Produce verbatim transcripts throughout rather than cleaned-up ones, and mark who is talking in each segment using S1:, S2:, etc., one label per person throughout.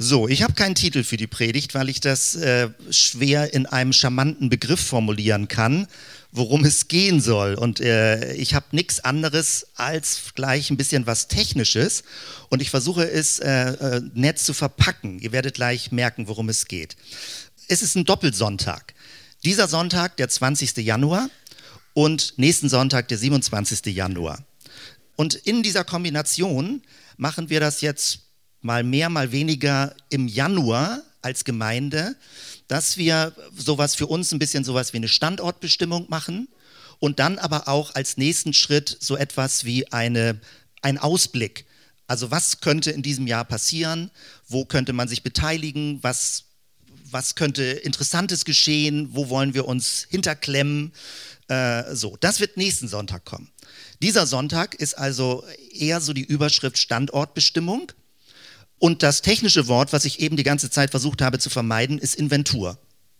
S1: So, ich habe keinen Titel für die Predigt, weil ich das äh, schwer in einem charmanten Begriff formulieren kann, worum es gehen soll. Und äh, ich habe nichts anderes als gleich ein bisschen was Technisches und ich versuche es äh, äh, nett zu verpacken. Ihr werdet gleich merken, worum es geht. Es ist ein Doppelsonntag. Dieser Sonntag, der zwanzigste Januar und nächsten Sonntag, der siebenundzwanzigste Januar. Und in dieser Kombination machen wir das jetzt mal mehr, mal weniger im Januar als Gemeinde, dass wir sowas für uns ein bisschen sowas wie eine Standortbestimmung machen und dann aber auch als nächsten Schritt so etwas wie eine, ein Ausblick. Also was könnte in diesem Jahr passieren, wo könnte man sich beteiligen, was, was könnte Interessantes geschehen, wo wollen wir uns hinterklemmen. Äh, so, das wird nächsten Sonntag kommen. Dieser Sonntag ist also eher so die Überschrift Standortbestimmung. Und das technische Wort, was ich eben die ganze Zeit versucht habe zu vermeiden, ist Inventur.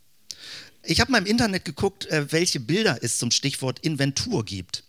S1: Ich habe mal im Internet geguckt, welche Bilder es zum Stichwort Inventur gibt.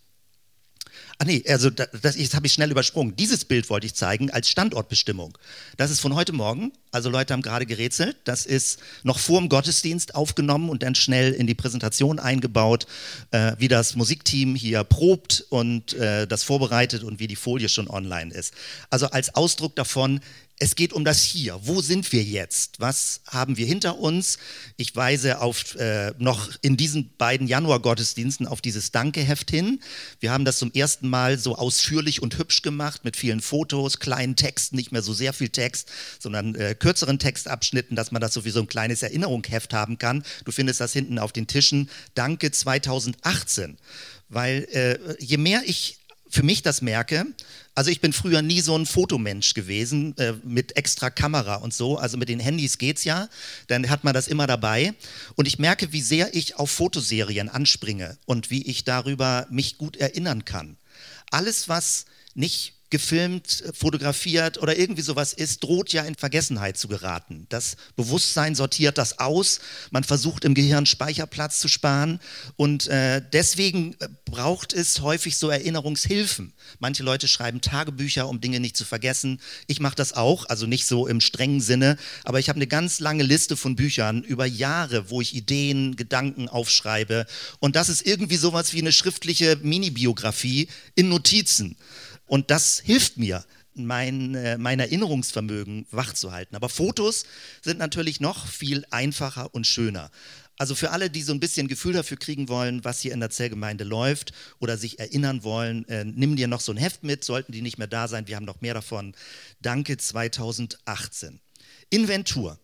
S1: Ach nee, also das, das habe ich schnell übersprungen. Dieses Bild wollte ich zeigen als Standortbestimmung. Das ist von heute Morgen, also Leute haben gerade gerätselt. Das ist noch vor dem Gottesdienst aufgenommen und dann schnell in die Präsentation eingebaut, äh, wie das Musikteam hier probt und äh, das vorbereitet und wie die Folie schon online ist. Also als Ausdruck davon, es geht um das Hier. Wo sind wir jetzt? Was haben wir hinter uns? Ich weise auf, äh, noch in diesen beiden Januar-Gottesdiensten auf dieses Danke-Heft hin. Wir haben das zum ersten Mal so ausführlich und hübsch gemacht mit vielen Fotos, kleinen Texten, nicht mehr so sehr viel Text, sondern äh, kürzeren Textabschnitten, dass man das so wie so ein kleines Erinnerungsheft haben kann. Du findest das hinten auf den Tischen. Danke zweitausendachtzehn. Weil äh, je mehr ich für mich das merke, also ich bin früher nie so ein Fotomensch gewesen, äh, mit extra Kamera und so, also mit den Handys geht's ja, dann hat man das immer dabei und ich merke, wie sehr ich auf Fotoserien anspringe und wie ich darüber mich gut erinnern kann. Alles, was nicht gefilmt, fotografiert oder irgendwie sowas ist, droht ja in Vergessenheit zu geraten. Das Bewusstsein sortiert das aus, man versucht im Gehirn Speicherplatz zu sparen und äh, deswegen braucht es häufig so Erinnerungshilfen. Manche Leute schreiben Tagebücher, um Dinge nicht zu vergessen. Ich mache das auch, also nicht so im strengen Sinne, aber ich habe eine ganz lange Liste von Büchern über Jahre, wo ich Ideen, Gedanken aufschreibe und das ist irgendwie sowas wie eine schriftliche Mini-Biografie in Notizen. Und das hilft mir, mein, äh, mein Erinnerungsvermögen wachzuhalten. Aber Fotos sind natürlich noch viel einfacher und schöner. Also für alle, die so ein bisschen Gefühl dafür kriegen wollen, was hier in der Zellgemeinde läuft oder sich erinnern wollen, äh, nimm dir noch so ein Heft mit, sollten die nicht mehr da sein, wir haben noch mehr davon. Danke zweitausendachtzehn. Inventur.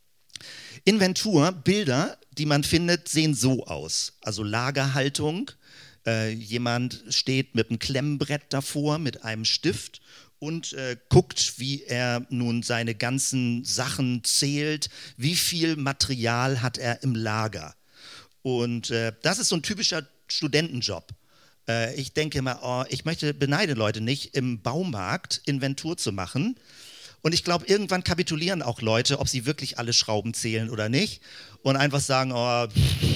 S1: Inventur, Bilder, die man findet, sehen so aus. Also Lagerhaltung. Äh, jemand steht mit einem Klemmbrett davor, mit einem Stift und äh, guckt, wie er nun seine ganzen Sachen zählt, wie viel Material hat er im Lager. Und äh, das ist so ein typischer Studentenjob. Äh, ich denke immer, oh, ich möchte, beneide Leute nicht, im Baumarkt Inventur zu machen. Und ich glaube, irgendwann kapitulieren auch Leute, ob sie wirklich alle Schrauben zählen oder nicht und einfach sagen, oh,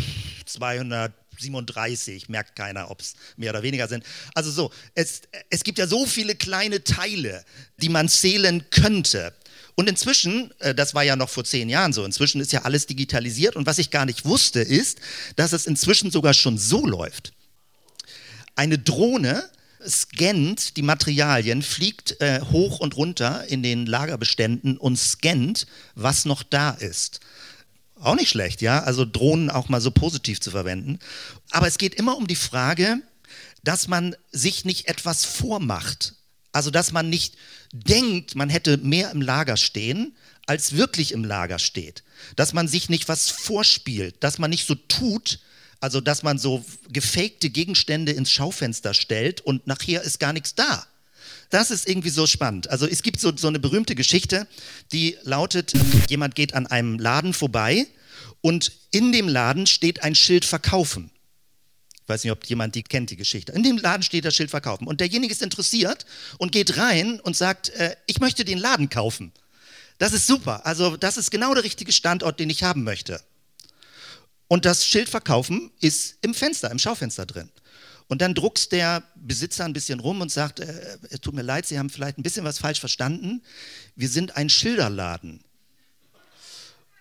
S1: zweihundertsiebenunddreißig, merkt keiner, ob es mehr oder weniger sind. Also so, es, es gibt ja so viele kleine Teile, die man zählen könnte. Und inzwischen, das war ja noch vor zehn Jahren so, inzwischen ist ja alles digitalisiert und was ich gar nicht wusste ist, dass es inzwischen sogar schon so läuft. Eine Drohne scannt die Materialien, fliegt äh, hoch und runter in den Lagerbeständen und scannt, was noch da ist. Auch nicht schlecht, ja, also Drohnen auch mal so positiv zu verwenden. Aber es geht immer um die Frage, dass man sich nicht etwas vormacht. Also dass man nicht denkt, man hätte mehr im Lager stehen, als wirklich im Lager steht. Dass man sich nicht was vorspielt, dass man nicht so tut, also dass man so gefakte Gegenstände ins Schaufenster stellt und nachher ist gar nichts da. Das ist irgendwie so spannend. Also es gibt so, so eine berühmte Geschichte, die lautet, jemand geht an einem Laden vorbei und in dem Laden steht ein Schild verkaufen. Ich weiß nicht, ob jemand die kennt, die Geschichte. In dem Laden steht das Schild verkaufen und derjenige ist interessiert und geht rein und sagt, äh, ich möchte den Laden kaufen. Das ist super, also das ist genau der richtige Standort, den ich haben möchte. Und das Schild verkaufen ist im Fenster, im Schaufenster drin. Und dann druckst der Besitzer ein bisschen rum und sagt, äh, es tut mir leid, Sie haben vielleicht ein bisschen was falsch verstanden. Wir sind ein Schilderladen.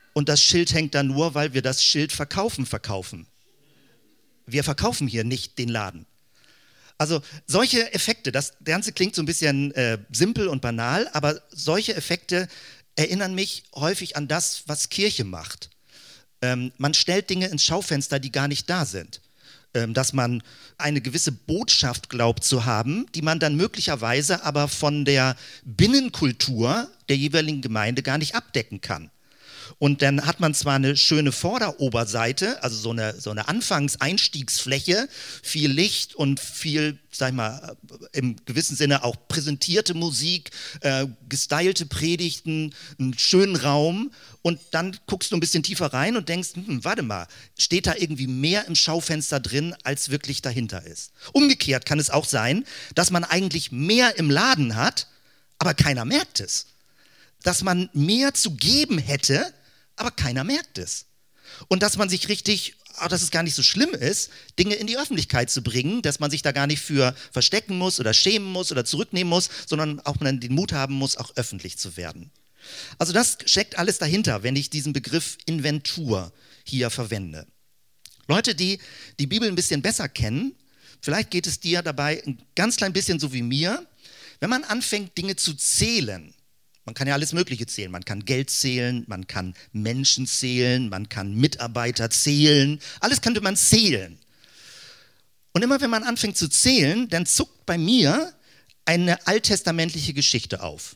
S1: Und das Schild hängt da nur, weil wir das Schild verkaufen, verkaufen. Wir verkaufen hier nicht den Laden. Also solche Effekte, das Ganze klingt so ein bisschen äh, simpel und banal, aber solche Effekte erinnern mich häufig an das, was Kirche macht. Ähm, man stellt Dinge ins Schaufenster, die gar nicht da sind. Ähm, dass man eine gewisse Botschaft glaubt zu haben, die man dann möglicherweise aber von der Binnenkultur der jeweiligen Gemeinde gar nicht abdecken kann. Und dann hat man zwar eine schöne Vorderoberseite, also so eine, so eine Anfangs-Einstiegsfläche, viel Licht und viel, sag ich mal, im gewissen Sinne auch präsentierte Musik, äh, gestylte Predigten, einen schönen Raum und dann guckst du ein bisschen tiefer rein und denkst, hm, warte mal, steht da irgendwie mehr im Schaufenster drin, als wirklich dahinter ist. Umgekehrt kann es auch sein, dass man eigentlich mehr im Laden hat, aber keiner merkt es. Dass man mehr zu geben hätte, aber keiner merkt es. Und dass man sich richtig, auch dass es gar nicht so schlimm ist, Dinge in die Öffentlichkeit zu bringen, dass man sich da gar nicht für verstecken muss oder schämen muss oder zurücknehmen muss, sondern auch man den Mut haben muss, auch öffentlich zu werden. Also das steckt alles dahinter, wenn ich diesen Begriff Inventur hier verwende. Leute, die die Bibel ein bisschen besser kennen, vielleicht geht es dir dabei ein ganz klein bisschen so wie mir, wenn man anfängt, Dinge zu zählen. Man kann ja alles Mögliche zählen. Man kann Geld zählen, man kann Menschen zählen, man kann Mitarbeiter zählen. Alles könnte man zählen. Und immer wenn man anfängt zu zählen, dann zuckt bei mir eine alttestamentliche Geschichte auf.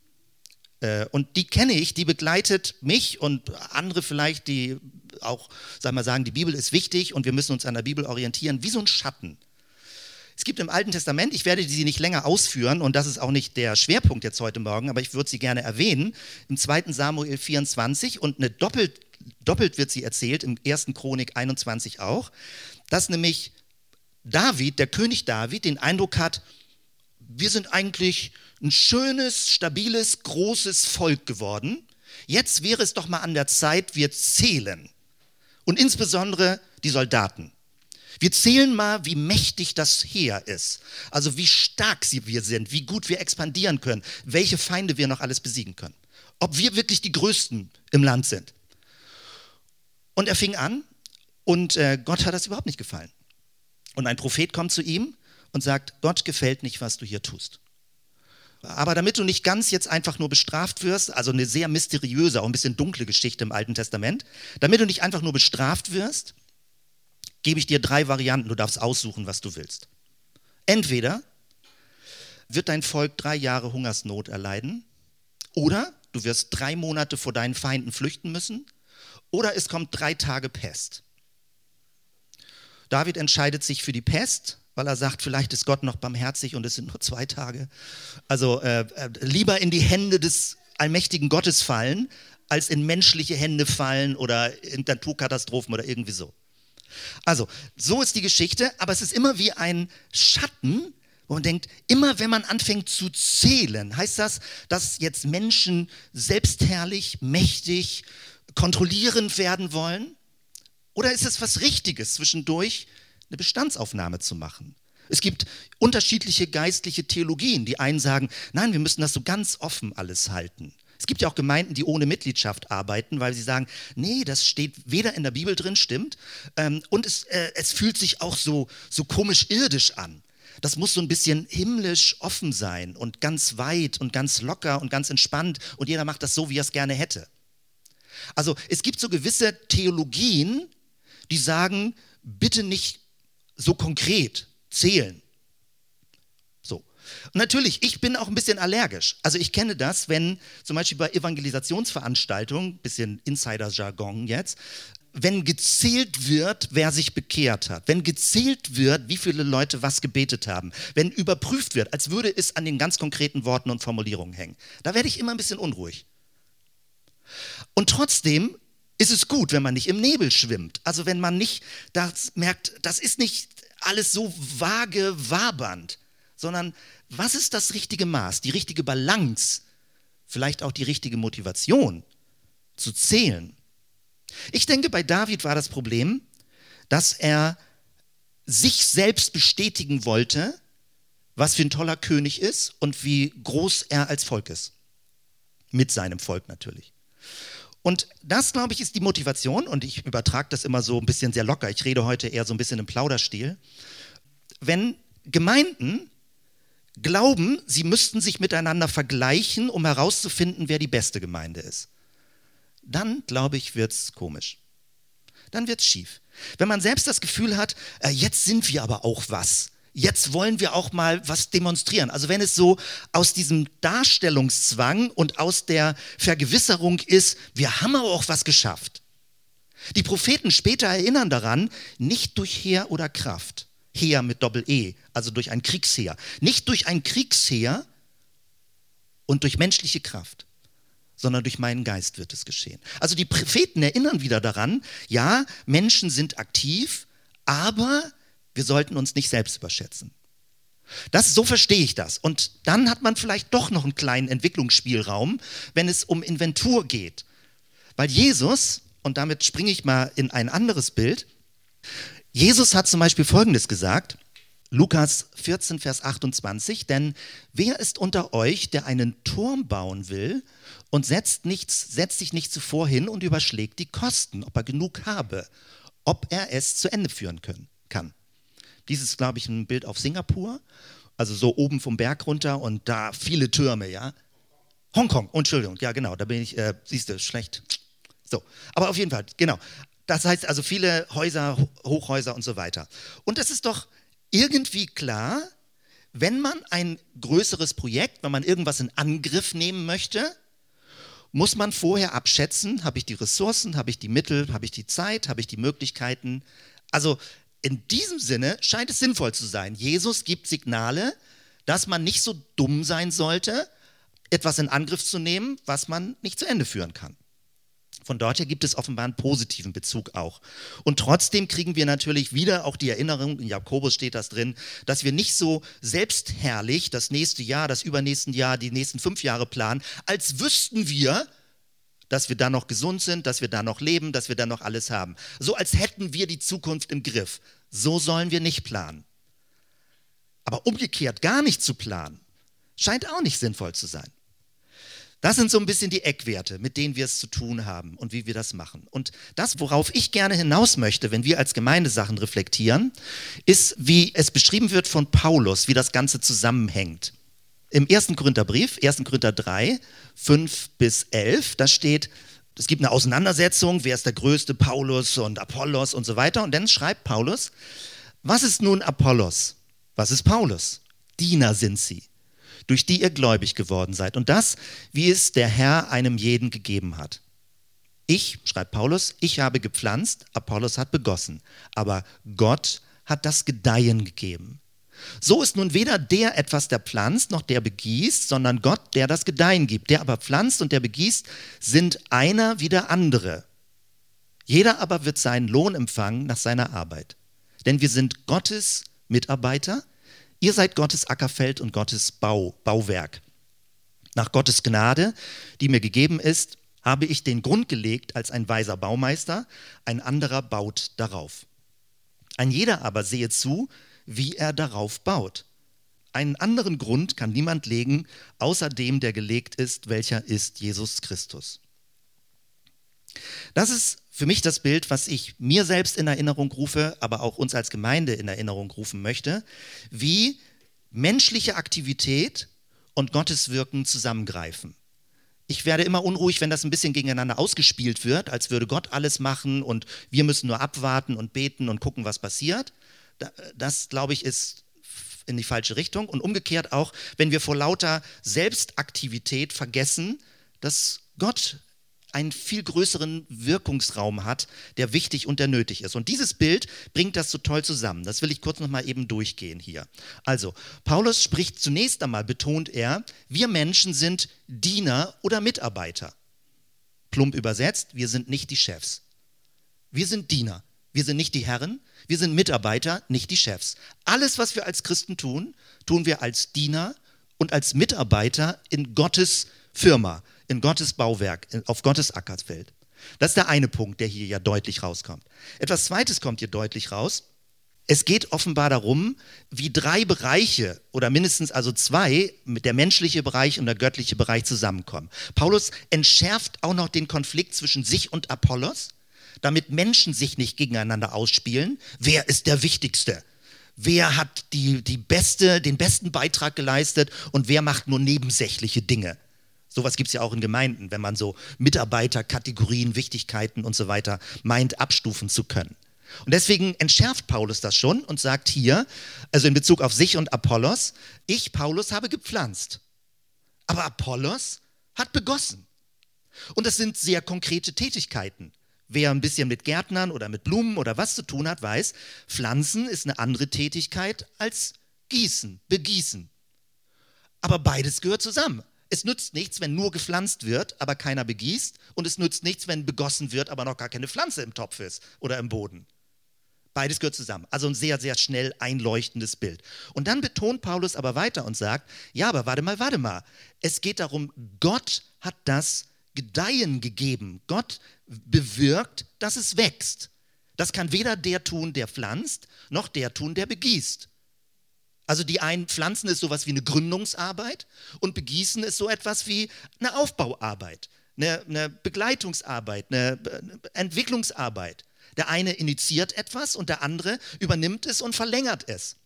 S1: Und die kenne ich, die begleitet mich und andere vielleicht, die auch, sagen wir sagen, die Bibel ist wichtig und wir müssen uns an der Bibel orientieren, wie so ein Schatten. Es gibt im Alten Testament, ich werde sie nicht länger ausführen und das ist auch nicht der Schwerpunkt jetzt heute Morgen, aber ich würde sie gerne erwähnen, im zweiten Samuel vierundzwanzig und eine doppelt, doppelt wird sie erzählt, im ersten Chronik einundzwanzig auch, dass nämlich David, der König David, den Eindruck hat, wir sind eigentlich ein schönes, stabiles, großes Volk geworden. Jetzt wäre es doch mal an der Zeit, wir zählen. Und insbesondere die Soldaten. Wir zählen mal, wie mächtig das Heer ist. Also wie stark wir sind, wie gut wir expandieren können, welche Feinde wir noch alles besiegen können. Ob wir wirklich die Größten im Land sind. Und er fing an und äh, Gott hat das überhaupt nicht gefallen. Und ein Prophet kommt zu ihm und sagt, Gott gefällt nicht, was du hier tust. Aber damit du nicht ganz jetzt einfach nur bestraft wirst, also eine sehr mysteriöse, auch ein bisschen dunkle Geschichte im Alten Testament, damit du nicht einfach nur bestraft wirst, gebe ich dir drei Varianten, du darfst aussuchen, was du willst. Entweder wird dein Volk drei Jahre Hungersnot erleiden oder du wirst drei Monate vor deinen Feinden flüchten müssen oder es kommt drei Tage Pest. David entscheidet sich für die Pest, weil er sagt, vielleicht ist Gott noch barmherzig und es sind nur zwei Tage. Also äh, äh, lieber in die Hände des allmächtigen Gottes fallen, als in menschliche Hände fallen oder in Naturkatastrophen oder irgendwie so. Also, so ist die Geschichte, aber es ist immer wie ein Schatten, wo man denkt, immer wenn man anfängt zu zählen, heißt das, dass jetzt Menschen selbstherrlich, mächtig, kontrollierend werden wollen? Oder ist es was Richtiges, zwischendurch eine Bestandsaufnahme zu machen? Es gibt unterschiedliche geistliche Theologien. Die einen sagen, nein, wir müssen das so ganz offen alles halten. Es gibt ja auch Gemeinden, die ohne Mitgliedschaft arbeiten, weil sie sagen, nee, das steht weder in der Bibel drin, stimmt, ähm, und es, äh, es fühlt sich auch so, so komisch irdisch an. Das muss so ein bisschen himmlisch offen sein und ganz weit und ganz locker und ganz entspannt und jeder macht das so, wie er es gerne hätte. Also es gibt so gewisse Theologien, die sagen, bitte nicht so konkret zählen. So. Und natürlich, ich bin auch ein bisschen allergisch. Also ich kenne das, wenn zum Beispiel bei Evangelisationsveranstaltungen, bisschen Insider-Jargon jetzt, wenn gezählt wird, wer sich bekehrt hat, wenn gezählt wird, wie viele Leute was gebetet haben, wenn überprüft wird, als würde es an den ganz konkreten Worten und Formulierungen hängen, da werde ich immer ein bisschen unruhig. Und trotzdem ist es gut, wenn man nicht im Nebel schwimmt. Also wenn man nicht das merkt, das ist nicht alles so vage wabernd, sondern was ist das richtige Maß, die richtige Balance, vielleicht auch die richtige Motivation zu zählen. Ich denke, bei David war das Problem, dass er sich selbst bestätigen wollte, was für ein toller König ist und wie groß er als Volk ist. Mit seinem Volk natürlich. Und das, glaube ich, ist die Motivation und ich übertrage das immer so ein bisschen sehr locker. Ich rede heute eher so ein bisschen im Plauderstil. Wenn Gemeinden glauben, sie müssten sich miteinander vergleichen, um herauszufinden, wer die beste Gemeinde ist, dann, glaube ich, wird es komisch. Dann wird es schief. Wenn man selbst das Gefühl hat, äh, jetzt sind wir aber auch was. Jetzt wollen wir auch mal was demonstrieren. Also wenn es so aus diesem Darstellungszwang und aus der Vergewisserung ist, wir haben aber auch was geschafft. Die Propheten später erinnern daran, nicht durch Heer oder Kraft. Heer mit Doppel-E, also durch ein Kriegsheer. Nicht durch ein Kriegsheer und durch menschliche Kraft, sondern durch meinen Geist wird es geschehen. Also die Propheten erinnern wieder daran, ja, Menschen sind aktiv, aber wir sollten uns nicht selbst überschätzen. Das, so verstehe ich das. Und dann hat man vielleicht doch noch einen kleinen Entwicklungsspielraum, wenn es um Inventur geht. Weil Jesus, und damit springe ich mal in ein anderes Bild, Jesus hat zum Beispiel Folgendes gesagt, Lukas vierzehn, Vers achtundzwanzig, denn wer ist unter euch, der einen Turm bauen will und setzt, nichts, setzt sich nicht zuvor hin und überschlägt die Kosten, ob er genug habe, ob er es zu Ende führen können, kann. Dies ist, glaube ich, ein Bild auf Singapur, also so oben vom Berg runter und da viele Türme, ja. Hongkong, Entschuldigung, ja genau, da bin ich, äh, siehst du, schlecht. So, aber auf jeden Fall, genau. Das heißt also viele Häuser, Hochhäuser und so weiter. Und es ist doch irgendwie klar, wenn man ein größeres Projekt, wenn man irgendwas in Angriff nehmen möchte, muss man vorher abschätzen, habe ich die Ressourcen, habe ich die Mittel, habe ich die Zeit, habe ich die Möglichkeiten. Also in diesem Sinne scheint es sinnvoll zu sein. Jesus gibt Signale, dass man nicht so dumm sein sollte, etwas in Angriff zu nehmen, was man nicht zu Ende führen kann. Von dort her gibt es offenbar einen positiven Bezug auch. Und trotzdem kriegen wir natürlich wieder auch die Erinnerung, in Jakobus steht das drin, dass wir nicht so selbstherrlich das nächste Jahr, das übernächsten Jahr, die nächsten fünf Jahre planen, als wüssten wir, dass wir da noch gesund sind, dass wir da noch leben, dass wir da noch alles haben. So als hätten wir die Zukunft im Griff. So sollen wir nicht planen. Aber umgekehrt gar nicht zu planen, scheint auch nicht sinnvoll zu sein. Das sind so ein bisschen die Eckwerte, mit denen wir es zu tun haben und wie wir das machen. Und das, worauf ich gerne hinaus möchte, wenn wir als Gemeinde Sachen reflektieren, ist, wie es beschrieben wird von Paulus, wie das Ganze zusammenhängt. Im ersten Korintherbrief, ersten Korinther drei, fünf bis elf, da steht, es gibt eine Auseinandersetzung, wer ist der Größte, Paulus und Apollos und so weiter. Und dann schreibt Paulus, was ist nun Apollos? Was ist Paulus? Diener sind sie, durch die ihr gläubig geworden seid. Und das, wie es der Herr einem jeden gegeben hat. Ich, schreibt Paulus, ich habe gepflanzt, Apollos hat begossen, aber Gott hat das Gedeihen gegeben. So ist nun weder der etwas, der pflanzt, noch der begießt, sondern Gott, der das Gedeihen gibt. Der aber pflanzt und der begießt, sind einer wie der andere. Jeder aber wird seinen Lohn empfangen nach seiner Arbeit. Denn wir sind Gottes Mitarbeiter. Ihr seid Gottes Ackerfeld und Gottes Bau, Bauwerk. Nach Gottes Gnade, die mir gegeben ist, habe ich den Grund gelegt als ein weiser Baumeister, ein anderer baut darauf. Ein jeder aber sehe zu, wie er darauf baut. Einen anderen Grund kann niemand legen, außer dem, der gelegt ist, welcher ist Jesus Christus. Das ist für mich das Bild, was ich mir selbst in Erinnerung rufe, aber auch uns als Gemeinde in Erinnerung rufen möchte, wie menschliche Aktivität und Gottes Wirken zusammengreifen. Ich werde immer unruhig, wenn das ein bisschen gegeneinander ausgespielt wird, als würde Gott alles machen und wir müssen nur abwarten und beten und gucken, was passiert. Das, glaube ich, ist in die falsche Richtung. Und umgekehrt auch, wenn wir vor lauter Selbstaktivität vergessen, dass Gott einen viel größeren Wirkungsraum hat, der wichtig und der nötig ist. Und dieses Bild bringt das so toll zusammen. Das will ich kurz nochmal eben durchgehen hier. Also, Paulus spricht zunächst einmal, betont er, wir Menschen sind Diener oder Mitarbeiter. Plump übersetzt, wir sind nicht die Chefs. Wir sind Diener. Wir sind nicht die Herren, wir sind Mitarbeiter, nicht die Chefs. Alles, was wir als Christen tun, tun wir als Diener und als Mitarbeiter in Gottes Firma, in Gottes Bauwerk, auf Gottes Ackerfeld. Das ist der eine Punkt, der hier ja deutlich rauskommt. Etwas Zweites kommt hier deutlich raus. Es geht offenbar darum, wie drei Bereiche oder mindestens also zwei, der menschliche Bereich und der göttliche Bereich zusammenkommen. Paulus entschärft auch noch den Konflikt zwischen sich und Apollos, damit Menschen sich nicht gegeneinander ausspielen. Wer ist der Wichtigste? Wer hat die, die beste, den besten Beitrag geleistet und wer macht nur nebensächliche Dinge? Sowas gibt es ja auch in Gemeinden, wenn man so Mitarbeiterkategorien, Wichtigkeiten und so weiter meint, abstufen zu können. Und deswegen entschärft Paulus das schon und sagt hier, also in Bezug auf sich und Apollos, ich, Paulus, habe gepflanzt, aber Apollos hat begossen. Und das sind sehr konkrete Tätigkeiten. Wer ein bisschen mit Gärtnern oder mit Blumen oder was zu tun hat, weiß, Pflanzen ist eine andere Tätigkeit als Gießen, Begießen. Aber beides gehört zusammen. Es nützt nichts, wenn nur gepflanzt wird, aber keiner begießt. Und es nützt nichts, wenn begossen wird, aber noch gar keine Pflanze im Topf ist oder im Boden. Beides gehört zusammen. Also ein sehr, sehr schnell einleuchtendes Bild. Und dann betont Paulus aber weiter und sagt, ja, aber warte mal, warte mal. Es geht darum, Gott hat das Gedeihen gegeben. Gott bewirkt, dass es wächst. Das kann weder der tun, der pflanzt, noch der tun, der begießt. Also die einen pflanzen ist sowas wie eine Gründungsarbeit und begießen ist so etwas wie eine Aufbauarbeit, eine, eine Begleitungsarbeit, eine Entwicklungsarbeit. Der eine initiiert etwas und der andere übernimmt es und verlängert es.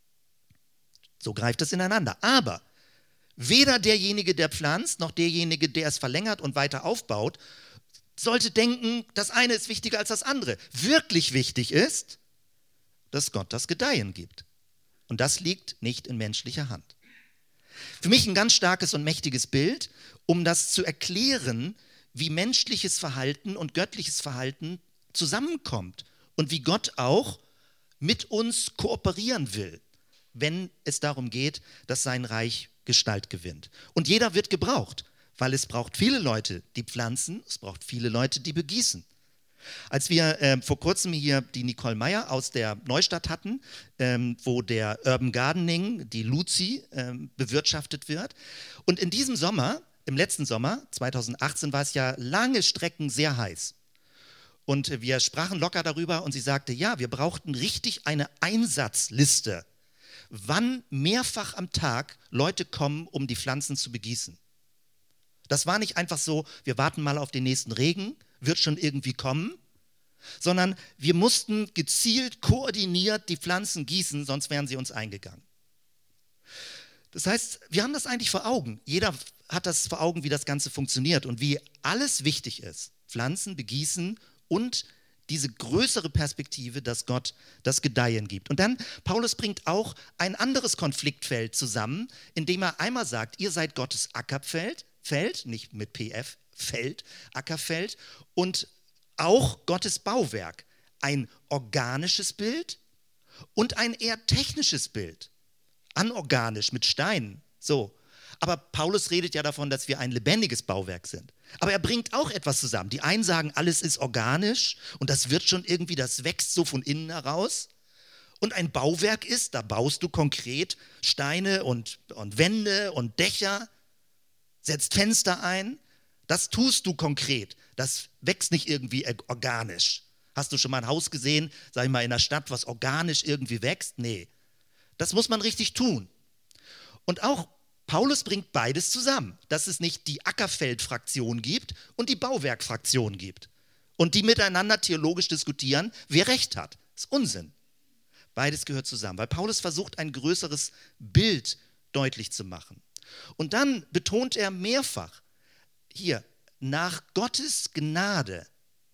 S1: So greift es ineinander. Aber weder derjenige, der pflanzt, noch derjenige, der es verlängert und weiter aufbaut, sollte denken, das eine ist wichtiger als das andere. Wirklich wichtig ist, dass Gott das Gedeihen gibt. Und das liegt nicht in menschlicher Hand. Für mich ein ganz starkes und mächtiges Bild, um das zu erklären, wie menschliches Verhalten und göttliches Verhalten zusammenkommt und wie Gott auch mit uns kooperieren will, wenn es darum geht, dass sein Reich Gestalt gewinnt. Und jeder wird gebraucht, weil es braucht viele Leute, die pflanzen, es braucht viele Leute, die begießen. Als wir äh, vor kurzem hier die Nicole Meyer aus der Neustadt hatten, ähm, wo der Urban Gardening, die Luzi, ähm, bewirtschaftet wird. Und in diesem Sommer, im letzten Sommer, zweitausendachtzehn, war es ja lange Strecken sehr heiß. Und wir sprachen locker darüber und sie sagte, ja, wir brauchten richtig eine Einsatzliste, wann mehrfach am Tag Leute kommen, um die Pflanzen zu begießen. Das war nicht einfach so, wir warten mal auf den nächsten Regen, wird schon irgendwie kommen, sondern wir mussten gezielt, koordiniert die Pflanzen gießen, sonst wären sie uns eingegangen. Das heißt, wir haben das eigentlich vor Augen. Jeder hat das vor Augen, wie das Ganze funktioniert und wie alles wichtig ist. Pflanzen, begießen und diese größere Perspektive, dass Gott das Gedeihen gibt. Und dann, Paulus bringt auch ein anderes Konfliktfeld zusammen, indem er einmal sagt, ihr seid Gottes Ackerfeld, Feld, nicht mit P F, Feld, Ackerfeld, und auch Gottes Bauwerk. Ein organisches Bild und ein eher technisches Bild. Anorganisch, mit Steinen, so. Aber Paulus redet ja davon, dass wir ein lebendiges Bauwerk sind. Aber er bringt auch etwas zusammen. Die einen sagen, alles ist organisch und das wird schon irgendwie, das wächst so von innen heraus. Und ein Bauwerk ist, da baust du konkret Steine und, und Wände und Dächer, setzt Fenster ein. Das tust du konkret. Das wächst nicht irgendwie organisch. Hast du schon mal ein Haus gesehen, sag ich mal, in der Stadt, was organisch irgendwie wächst? Nee. Das muss man richtig tun. Und auch Paulus bringt beides zusammen, dass es nicht die Ackerfeld-Fraktion gibt und die Bauwerk-Fraktion gibt. Und die miteinander theologisch diskutieren, wer Recht hat. Das ist Unsinn. Beides gehört zusammen, weil Paulus versucht, ein größeres Bild deutlich zu machen. Und dann betont er mehrfach, hier, nach Gottes Gnade,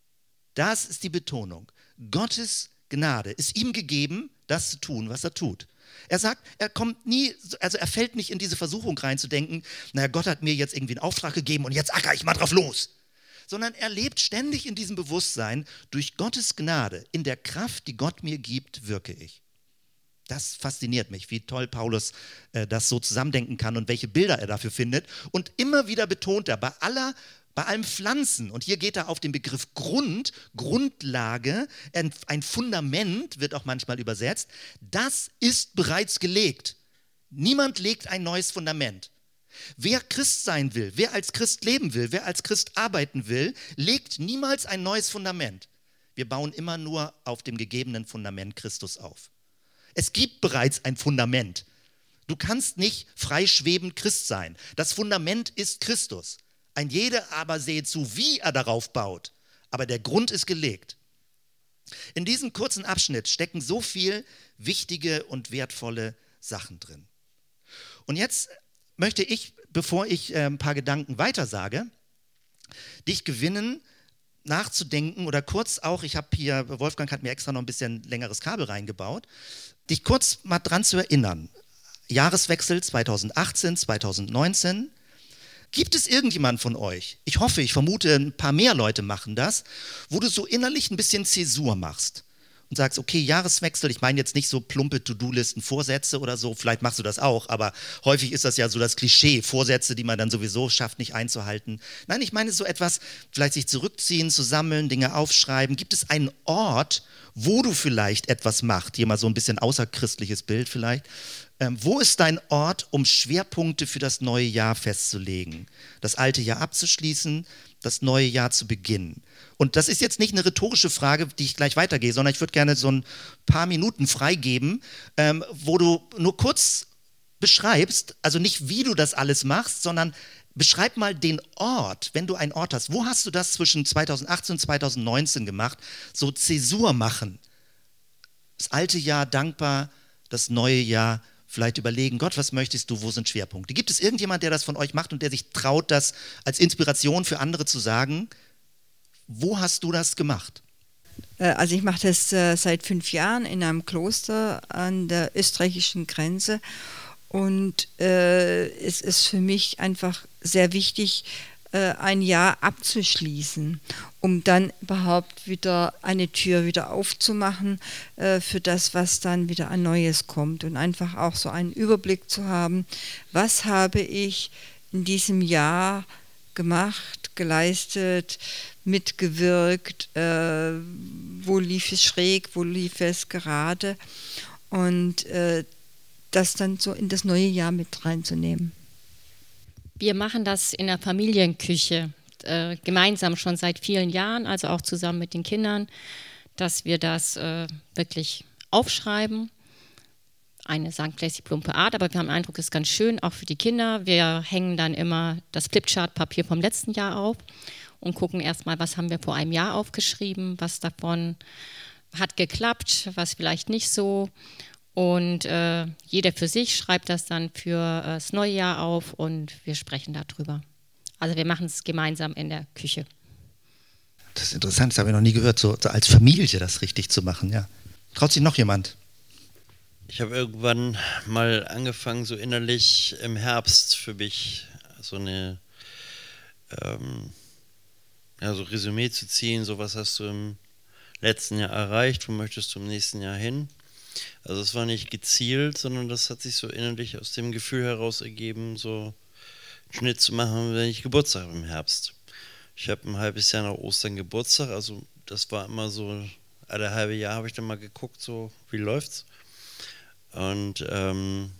S1: das ist die Betonung, Gottes Gnade ist ihm gegeben, das zu tun, was er tut. Er sagt, er kommt nie, also er fällt nicht in diese Versuchung rein zu denken, naja, Gott hat mir jetzt irgendwie einen Auftrag gegeben und jetzt acker ich mal drauf los. Sondern er lebt ständig in diesem Bewusstsein, durch Gottes Gnade, in der Kraft, die Gott mir gibt, wirke ich. Das fasziniert mich, wie toll Paulus äh, das so zusammendenken kann und welche Bilder er dafür findet. Und immer wieder betont er, bei aller Bei allem Pflanzen, und hier geht er auf den Begriff Grund, Grundlage, ein Fundament wird auch manchmal übersetzt, das ist bereits gelegt. Niemand legt ein neues Fundament. Wer Christ sein will, wer als Christ leben will, wer als Christ arbeiten will, legt niemals ein neues Fundament. Wir bauen immer nur auf dem gegebenen Fundament Christus auf. Es gibt bereits ein Fundament. Du kannst nicht freischwebend Christ sein. Das Fundament ist Christus. Ein jeder aber sehe zu, wie er darauf baut. Aber der Grund ist gelegt. In diesem kurzen Abschnitt stecken so viel wichtige und wertvolle Sachen drin. Und jetzt möchte ich, bevor ich äh, ein paar Gedanken weitersage, dich gewinnen, nachzudenken oder kurz auch, ich habe hier, Wolfgang hat mir extra noch ein bisschen längeres Kabel reingebaut, dich kurz mal dran zu erinnern. Jahreswechsel zweitausendachtzehn, zweitausendneunzehn. Gibt es irgendjemanden von euch, ich hoffe, ich vermute, ein paar mehr Leute machen das, wo du so innerlich ein bisschen Zäsur machst und sagst, okay, Jahreswechsel, ich meine jetzt nicht so plumpe To-Do-Listen, Vorsätze oder so, vielleicht machst du das auch, aber häufig ist das ja so das Klischee, Vorsätze, die man dann sowieso schafft, nicht einzuhalten. Nein, ich meine so etwas, vielleicht sich zurückziehen, zu sammeln, Dinge aufschreiben. Gibt es einen Ort, wo du vielleicht etwas machst, hier mal so ein bisschen außerchristliches Bild vielleicht, ähm, wo ist dein Ort, um Schwerpunkte für das neue Jahr festzulegen, das alte Jahr abzuschließen, das neue Jahr zu beginnen? Und das ist jetzt nicht eine rhetorische Frage, die ich gleich weitergehe, sondern ich würde gerne so ein paar Minuten freigeben, ähm, wo du nur kurz beschreibst, also nicht wie du das alles machst, sondern beschreib mal den Ort, wenn du einen Ort hast. Wo hast du das zwischen zweitausendachtzehn und zweitausendneunzehn gemacht? So Zäsur machen. Das alte Jahr dankbar, das neue Jahr vielleicht überlegen, Gott, was möchtest du, wo sind Schwerpunkte? Gibt es irgendjemand, der das von euch macht und der sich traut, das als Inspiration für andere zu sagen? Wo hast du das gemacht?
S2: Also ich mache das äh, seit fünf Jahren in einem Kloster an der österreichischen Grenze und äh, es ist für mich einfach sehr wichtig, äh, ein Jahr abzuschließen, um dann überhaupt wieder eine Tür wieder aufzumachen äh, für das, was dann wieder ein Neues kommt und einfach auch so einen Überblick zu haben, was habe ich in diesem Jahr gemacht, geleistet, mitgewirkt, äh, wo lief es schräg, wo lief es gerade und äh, das dann so in das neue Jahr mit reinzunehmen.
S3: Wir machen das in der Familienküche, äh, gemeinsam schon seit vielen Jahren, also auch zusammen mit den Kindern, dass wir das äh, wirklich aufschreiben. Eine Sankt Lässig plumpe Art, aber wir haben den Eindruck, es ist ganz schön, auch für die Kinder. Wir hängen dann immer das Flipchart-Papier vom letzten Jahr auf und gucken erstmal, was haben wir vor einem Jahr aufgeschrieben, was davon hat geklappt, was vielleicht nicht so. Und äh, jeder für sich schreibt das dann für äh, das neue Jahr auf und wir sprechen darüber. Also wir machen es gemeinsam in der Küche.
S1: Das ist interessant, das habe ich noch nie gehört, so, so als Familie das richtig zu machen. Ja. Traut sich noch jemand?
S4: Ich habe irgendwann mal angefangen, so innerlich im Herbst für mich so eine ähm, ja, so Resümee zu ziehen, so was hast du im letzten Jahr erreicht, wo möchtest du im nächsten Jahr hin? Also es war nicht gezielt, sondern das hat sich so innerlich aus dem Gefühl heraus ergeben, so einen Schnitt zu machen, wenn ich Geburtstag habe im Herbst. Ich habe ein halbes Jahr nach Ostern Geburtstag, also das war immer so, alle halbe Jahr habe ich dann mal geguckt, so wie läuft's? Und ähm,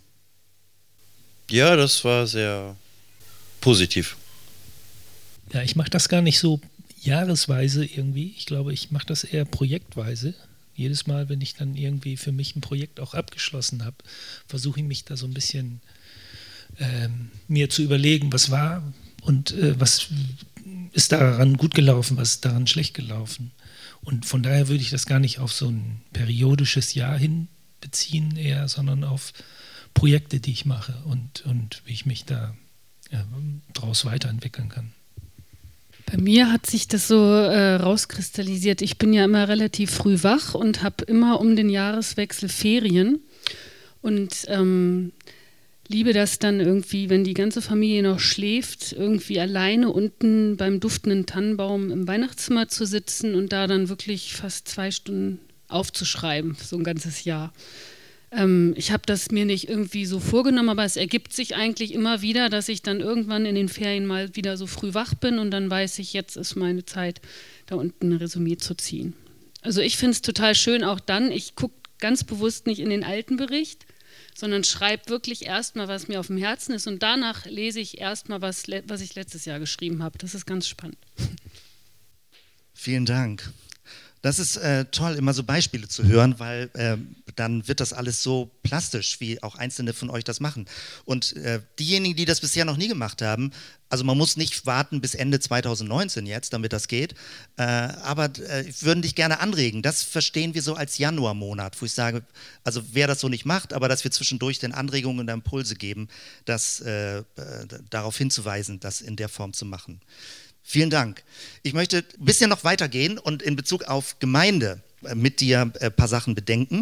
S4: ja, das war sehr positiv.
S5: Ja, ich mache das gar nicht so jahresweise irgendwie. Ich glaube, ich mache das eher projektweise. Jedes Mal, wenn ich dann irgendwie für mich ein Projekt auch abgeschlossen habe, versuche ich mich da so ein bisschen ähm, mir zu überlegen, was war und äh, was ist daran gut gelaufen, was ist daran schlecht gelaufen. Und von daher würde ich das gar nicht auf so ein periodisches Jahr hin beziehen eher, sondern auf Projekte, die ich mache und, und wie ich mich da ja, draus weiterentwickeln kann.
S6: Bei mir hat sich das so äh, rauskristallisiert. Ich bin ja immer relativ früh wach und habe immer um den Jahreswechsel Ferien und ähm, liebe das dann irgendwie, wenn die ganze Familie noch schläft, irgendwie alleine unten beim duftenden Tannenbaum im Weihnachtszimmer zu sitzen und da dann wirklich fast zwei Stunden aufzuschreiben, so ein ganzes Jahr. Ähm, ich habe das mir nicht irgendwie so vorgenommen, aber es ergibt sich eigentlich immer wieder, dass ich dann irgendwann in den Ferien mal wieder so früh wach bin und dann weiß ich, jetzt ist meine Zeit, da unten ein Resümee zu ziehen. Also ich finde es total schön, auch dann, ich gucke ganz bewusst nicht in den alten Bericht, sondern schreibe wirklich erstmal, was mir auf dem Herzen ist und danach lese ich erstmal, was, was ich letztes Jahr geschrieben habe. Das ist ganz spannend.
S1: Vielen Dank. Das ist äh, toll, immer so Beispiele zu hören, weil äh, dann wird das alles so plastisch, wie auch Einzelne von euch das machen. Und äh, diejenigen, die das bisher noch nie gemacht haben, also man muss nicht warten bis Ende zweitausendneunzehn jetzt, damit das geht, äh, aber äh, würden dich gerne anregen. Das verstehen wir so als Januarmonat, wo ich sage, also wer das so nicht macht, aber dass wir zwischendurch den Anregungen und Impulse geben, das äh, äh, darauf hinzuweisen, das in der Form zu machen. Vielen Dank. Ich möchte ein bisschen noch weitergehen und in Bezug auf Gemeinde mit dir ein paar Sachen bedenken.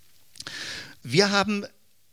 S1: Wir haben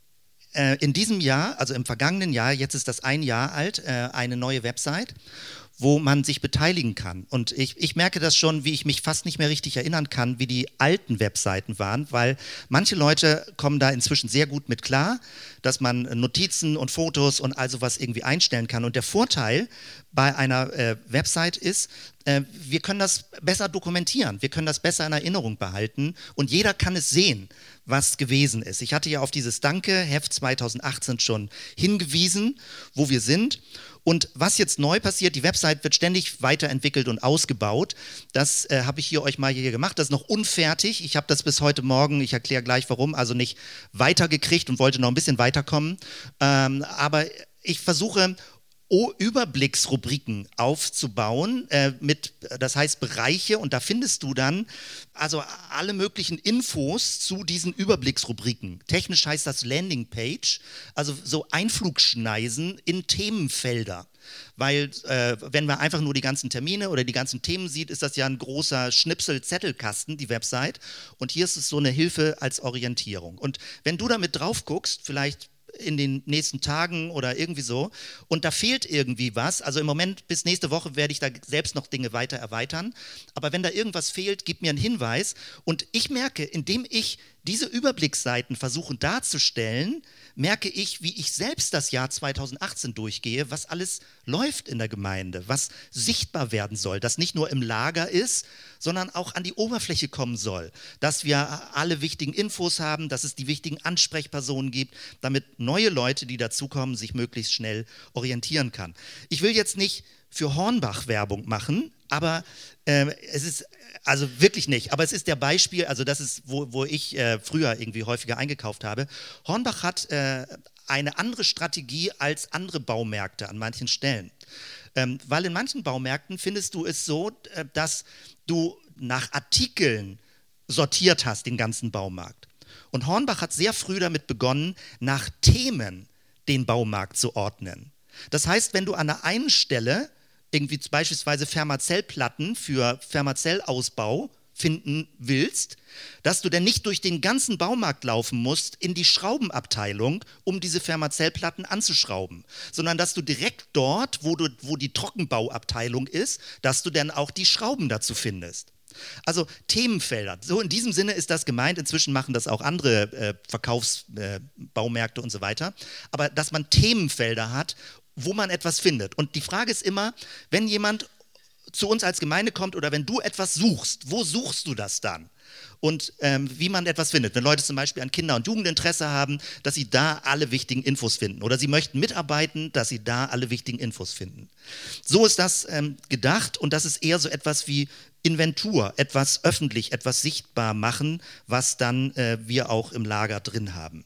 S1: äh, in diesem Jahr, also im vergangenen Jahr, jetzt ist das ein Jahr alt, äh, eine neue Website, wo man sich beteiligen kann. Und ich, ich merke das schon, wie ich mich fast nicht mehr richtig erinnern kann, wie die alten Webseiten waren, weil manche Leute kommen da inzwischen sehr gut mit klar, dass man Notizen und Fotos und all sowas irgendwie einstellen kann. Und der Vorteil bei einer äh, Website ist, äh, wir können das besser dokumentieren, wir können das besser in Erinnerung behalten und jeder kann es sehen, was gewesen ist. Ich hatte ja auf dieses Danke-Heft zweitausendachtzehn schon hingewiesen, wo wir sind. Und was jetzt neu passiert, die Website wird ständig weiterentwickelt und ausgebaut. Das äh, habe ich hier euch mal hier gemacht. Das ist noch unfertig. Ich habe das bis heute Morgen, ich erkläre gleich warum, also nicht weitergekriegt und wollte noch ein bisschen weiterkommen. Ähm, aber ich versuche, O- Überblicksrubriken aufzubauen, äh, mit, das heißt Bereiche, und da findest du dann also alle möglichen Infos zu diesen Überblicksrubriken. Technisch heißt das Landingpage, also so Einflugschneisen in Themenfelder. Weil äh, wenn man einfach nur die ganzen Termine oder die ganzen Themen sieht, ist das ja ein großer Schnipsel-Zettelkasten, die Website. Und hier ist es so eine Hilfe als Orientierung. Und wenn du damit drauf guckst, vielleicht in den nächsten Tagen oder irgendwie so, und da fehlt irgendwie was, also im Moment bis nächste Woche werde ich da selbst noch Dinge weiter erweitern, aber wenn da irgendwas fehlt, gib mir einen Hinweis, und ich merke, indem ich diese Überblicksseiten versuche darzustellen, merke ich, wie ich selbst das Jahr zweitausendachtzehn durchgehe, was alles läuft in der Gemeinde, was sichtbar werden soll, das nicht nur im Lager ist, sondern auch an die Oberfläche kommen soll, dass wir alle wichtigen Infos haben, dass es die wichtigen Ansprechpersonen gibt, damit neue Leute, die dazukommen, sich möglichst schnell orientieren kann. Ich will jetzt nicht für Hornbach Werbung machen, aber äh, es ist, also wirklich nicht, aber es ist der Beispiel, also das ist, wo, wo ich äh, früher irgendwie häufiger eingekauft habe. Hornbach hat äh, eine andere Strategie als andere Baumärkte an manchen Stellen. Ähm, weil in manchen Baumärkten findest du es so, äh, dass du nach Artikeln sortiert hast, den ganzen Baumarkt. Und Hornbach hat sehr früh damit begonnen, nach Themen den Baumarkt zu ordnen. Das heißt, wenn du an der einen Stelle irgendwie beispielsweise Fermazellplatten für Fermazellausbau finden willst, dass du dann nicht durch den ganzen Baumarkt laufen musst in die Schraubenabteilung, um diese Fermazellplatten anzuschrauben, sondern dass du direkt dort, wo, du, wo die Trockenbauabteilung ist, dass du dann auch die Schrauben dazu findest. Also Themenfelder, so in diesem Sinne ist das gemeint, inzwischen machen das auch andere äh, Verkaufsbaumärkte äh, und so weiter, aber dass man Themenfelder hat, wo man etwas findet. Und die Frage ist immer, wenn jemand zu uns als Gemeinde kommt oder wenn du etwas suchst, wo suchst du das dann? Und ähm, wie man etwas findet. Wenn Leute zum Beispiel an Kinder- und Jugendinteresse haben, dass sie da alle wichtigen Infos finden. Oder sie möchten mitarbeiten, dass sie da alle wichtigen Infos finden. So ist das ähm, gedacht, und das ist eher so etwas wie Inventur, etwas öffentlich, etwas sichtbar machen, was dann äh, wir auch im Lager drin haben.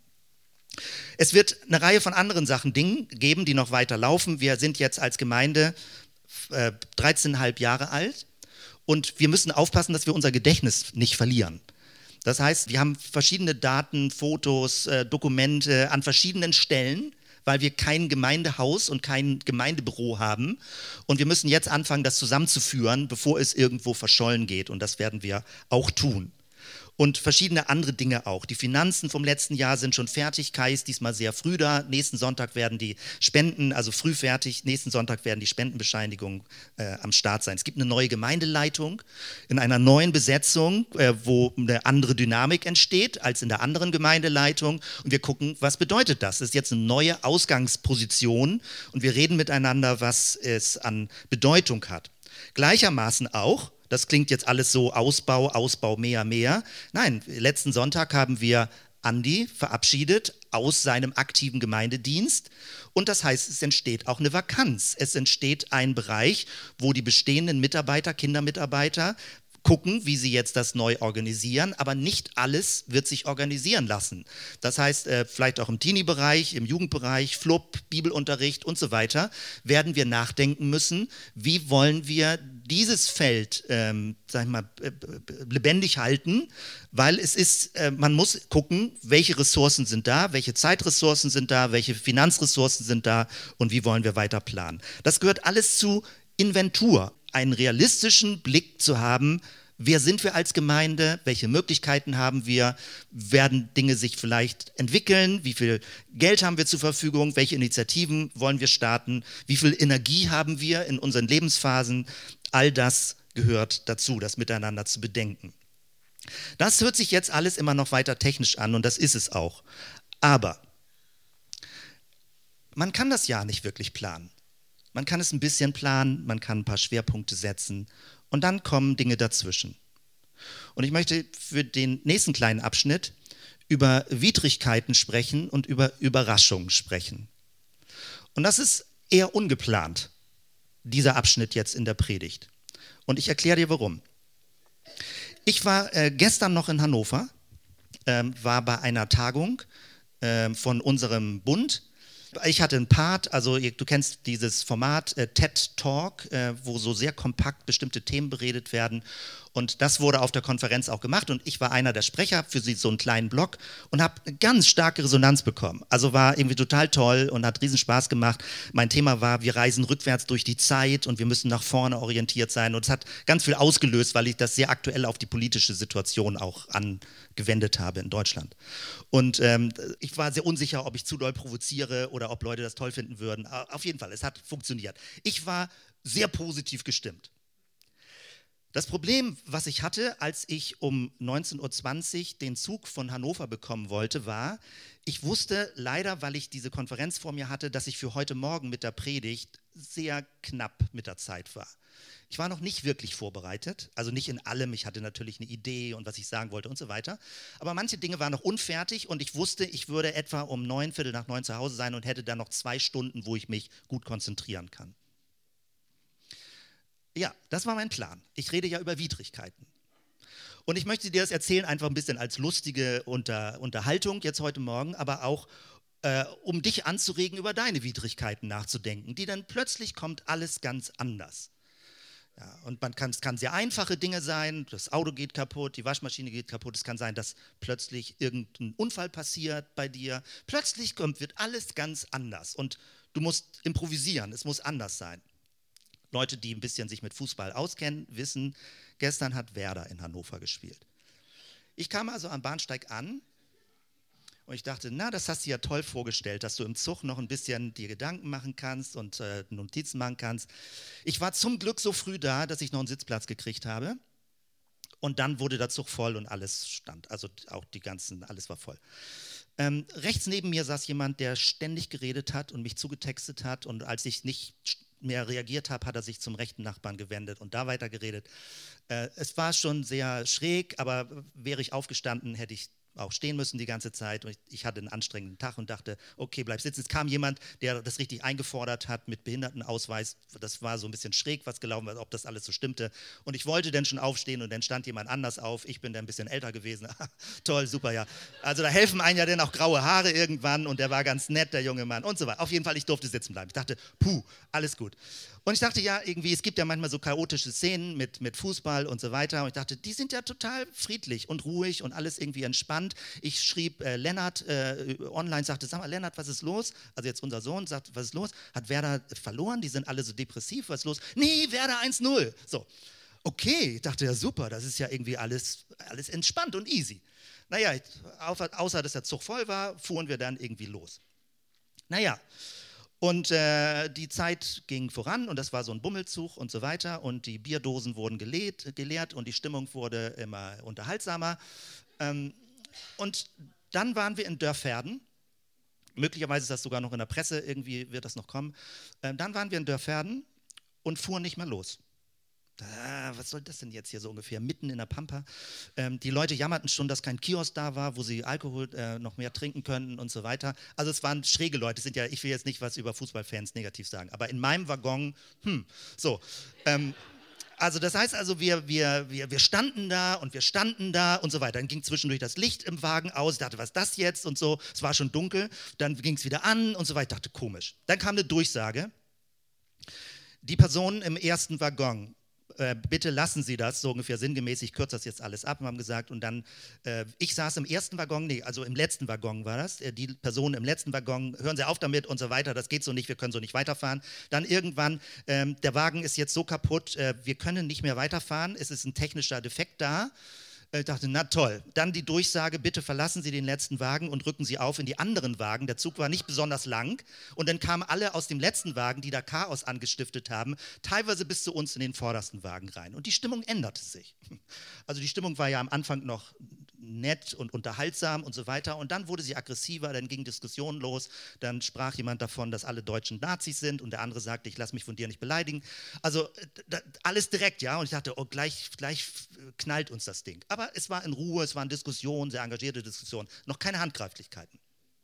S1: Es wird eine Reihe von anderen Sachen, Dingen geben, die noch weiter laufen. Wir sind jetzt als Gemeinde äh, dreizehn Komma fünf Jahre alt und wir müssen aufpassen, dass wir unser Gedächtnis nicht verlieren. Das heißt, wir haben verschiedene Daten, Fotos, äh, Dokumente an verschiedenen Stellen, weil wir kein Gemeindehaus und kein Gemeindebüro haben. Und wir müssen jetzt anfangen, das zusammenzuführen, bevor es irgendwo verschollen geht. Und das werden wir auch tun. Und verschiedene andere Dinge auch. Die Finanzen vom letzten Jahr sind schon fertig. Kai ist diesmal sehr früh da. Nächsten Sonntag werden die Spenden, also früh fertig. Nächsten Sonntag werden die Spendenbescheinigungen äh, am Start sein. Es gibt eine neue Gemeindeleitung in einer neuen Besetzung, äh, wo eine andere Dynamik entsteht als in der anderen Gemeindeleitung. Und wir gucken, was bedeutet das? Das ist jetzt eine neue Ausgangsposition und wir reden miteinander, was es an Bedeutung hat. Gleichermaßen auch, das klingt jetzt alles so Ausbau, Ausbau, mehr, mehr. Nein, letzten Sonntag haben wir Andi verabschiedet aus seinem aktiven Gemeindedienst. Und das heißt, es entsteht auch eine Vakanz. Es entsteht ein Bereich, wo die bestehenden Mitarbeiter, Kindermitarbeiter, gucken, wie sie jetzt das neu organisieren, aber nicht alles wird sich organisieren lassen. Das heißt, äh, vielleicht auch im Teenie-Bereich, im Jugendbereich, F L U P, Bibelunterricht und so weiter, werden wir nachdenken müssen, wie wollen wir dieses Feld, ähm, sag ich mal, äh, lebendig halten, weil es ist, äh, man muss gucken, welche Ressourcen sind da, welche Zeitressourcen sind da, welche Finanzressourcen sind da und wie wollen wir weiter planen. Das gehört alles zu Inventur, einen realistischen Blick zu haben, wer sind wir als Gemeinde, welche Möglichkeiten haben wir, werden Dinge sich vielleicht entwickeln, wie viel Geld haben wir zur Verfügung, welche Initiativen wollen wir starten, wie viel Energie haben wir in unseren Lebensphasen, all das gehört dazu, das miteinander zu bedenken. Das hört sich jetzt alles immer noch weiter technisch an und das ist es auch, aber man kann das Jahr nicht wirklich planen. Man kann es ein bisschen planen, man kann ein paar Schwerpunkte setzen und dann kommen Dinge dazwischen. Und ich möchte für den nächsten kleinen Abschnitt über Widrigkeiten sprechen und über Überraschungen sprechen. Und das ist eher ungeplant, dieser Abschnitt jetzt in der Predigt. Und ich erkläre dir warum. Ich war äh, gestern noch in Hannover, äh, war bei einer Tagung äh, von unserem Bund. Ich hatte einen Part, also du kennst dieses Format äh, TED Talk, äh, wo so sehr kompakt bestimmte Themen beredet werden und das wurde auf der Konferenz auch gemacht und ich war einer der Sprecher für so einen kleinen Blog und habe eine ganz starke Resonanz bekommen. Also war irgendwie total toll und hat riesen Spaß gemacht. Mein Thema war, wir reisen rückwärts durch die Zeit und wir müssen nach vorne orientiert sein und es hat ganz viel ausgelöst, weil ich das sehr aktuell auf die politische Situation auch angewendet habe in Deutschland. Und ähm, ich war sehr unsicher, ob ich zu doll provoziere oder ob Leute das toll finden würden. Auf jeden Fall, es hat funktioniert. Ich war sehr positiv gestimmt. Das Problem, was ich hatte, als ich um neunzehn Uhr zwanzig den Zug von Hannover bekommen wollte, war, ich wusste leider, weil ich diese Konferenz vor mir hatte, dass ich für heute Morgen mit der Predigt sehr knapp mit der Zeit war. Ich war noch nicht wirklich vorbereitet, also nicht in allem, ich hatte natürlich eine Idee und was ich sagen wollte und so weiter, aber manche Dinge waren noch unfertig und ich wusste, ich würde etwa um neun, Viertel nach neun zu Hause sein und hätte dann noch zwei Stunden, wo ich mich gut konzentrieren kann. Ja, das war mein Plan. Ich rede ja über Widrigkeiten. Und ich möchte dir das erzählen, einfach ein bisschen als lustige Unter, Unterhaltung jetzt heute Morgen, aber auch äh, um dich anzuregen, über deine Widrigkeiten nachzudenken, die dann plötzlich kommt alles ganz anders. Ja, und man kann, es kann sehr einfache Dinge sein, das Auto geht kaputt, die Waschmaschine geht kaputt, es kann sein, dass plötzlich irgendein Unfall passiert bei dir. Plötzlich kommt, wird alles ganz anders und du musst improvisieren, es muss anders sein. Leute, die ein bisschen sich mit Fußball auskennen, wissen, gestern hat Werder in Hannover gespielt. Ich kam also am Bahnsteig an und ich dachte, na, das hast du ja toll vorgestellt, dass du im Zug noch ein bisschen dir Gedanken machen kannst und äh, Notizen machen kannst. Ich war zum Glück so früh da, dass ich noch einen Sitzplatz gekriegt habe und dann wurde der Zug voll und alles stand, also auch die ganzen, alles war voll. Ähm, rechts neben mir saß jemand, der ständig geredet hat und mich zugetextet hat und als ich nicht mehr reagiert habe, hat er sich zum rechten Nachbarn gewendet und da weiter geredet. Äh, es war schon sehr schräg, aber wäre ich aufgestanden, hätte ich auch stehen müssen die ganze Zeit. Und ich, ich hatte einen anstrengenden Tag und dachte, okay, bleib sitzen. Es kam jemand, der das richtig eingefordert hat mit Behindertenausweis. Das war so ein bisschen schräg, was gelaufen war, ob das alles so stimmte. Und ich wollte dann schon aufstehen und dann stand jemand anders auf. Ich bin dann ein bisschen älter gewesen. Toll, super, ja. Also da helfen einem ja dann auch graue Haare irgendwann und der war ganz nett, der junge Mann und so weiter. Auf jeden Fall, ich durfte sitzen bleiben. Ich dachte, puh, alles gut. Und ich dachte, ja, irgendwie, es gibt ja manchmal so chaotische Szenen mit, mit Fußball und so weiter. Und ich dachte, die sind ja total friedlich und ruhig und alles irgendwie entspannt. Ich schrieb äh, Lennart äh, online, sagte, sag mal, Lennart, was ist los? Also jetzt unser Sohn sagt, was ist los? Hat Werder verloren? Die sind alle so depressiv, was ist los? Nee, Werder eins null. So, okay, ich dachte, ja super, das ist ja irgendwie alles, alles entspannt und easy. Naja, außer dass der Zug voll war, fuhren wir dann irgendwie los. Naja, und äh, die Zeit ging voran und das war so ein Bummelzug und so weiter und die Bierdosen wurden geleert, geleert und die Stimmung wurde immer unterhaltsamer. Ähm, und dann waren wir in Dörverden, möglicherweise ist das sogar noch in der Presse, irgendwie wird das noch kommen. Ähm, dann waren wir in Dörverden und fuhren nicht mehr los. Ah, was soll das denn jetzt hier so ungefähr, mitten in der Pampa? Ähm, die Leute jammerten schon, dass kein Kiosk da war, wo sie Alkohol äh, noch mehr trinken können und so weiter. Also es waren schräge Leute, sind ja, ich will jetzt nicht was über Fußballfans negativ sagen, aber in meinem Waggon, hm, so. Ähm, Also das heißt also, wir, wir, wir, wir standen da und wir standen da und so weiter. Dann ging zwischendurch das Licht im Wagen aus. Ich dachte, was ist das jetzt und so. Es war schon dunkel. Dann ging es wieder an und so weiter. Ich dachte, komisch. Dann kam eine Durchsage. Die Personen im ersten Waggon, äh, bitte lassen Sie das, so ungefähr sinngemäß, ich kürze das jetzt alles ab, und haben gesagt, und dann, äh, ich saß im ersten Waggon, nee, also im letzten Waggon war das, äh, die Personen im letzten Waggon, hören Sie auf damit und so weiter, das geht so nicht, wir können so nicht weiterfahren. Dann irgendwann, ähm, der Wagen ist jetzt so kaputt, äh, wir können nicht mehr weiterfahren, es ist ein technischer Defekt da. Ich dachte, na toll. Dann die Durchsage, bitte verlassen Sie den letzten Wagen und rücken Sie auf in die anderen Wagen. Der Zug war nicht besonders lang. Und dann kamen alle aus dem letzten Wagen, die da Chaos angestiftet haben, teilweise bis zu uns in den vordersten Wagen rein. Und die Stimmung änderte sich. Also die Stimmung war ja am Anfang noch nett und unterhaltsam und so weiter. Und dann wurde sie aggressiver, dann gingen Diskussionen los. Dann sprach jemand davon, dass alle Deutschen Nazis sind. Und der andere sagte, ich lasse mich von dir nicht beleidigen. Also da, alles direkt, ja. Und ich dachte, oh, gleich, gleich knallt uns das Ding. Aber es war in Ruhe, es waren Diskussionen, sehr engagierte Diskussionen, noch keine Handgreiflichkeiten.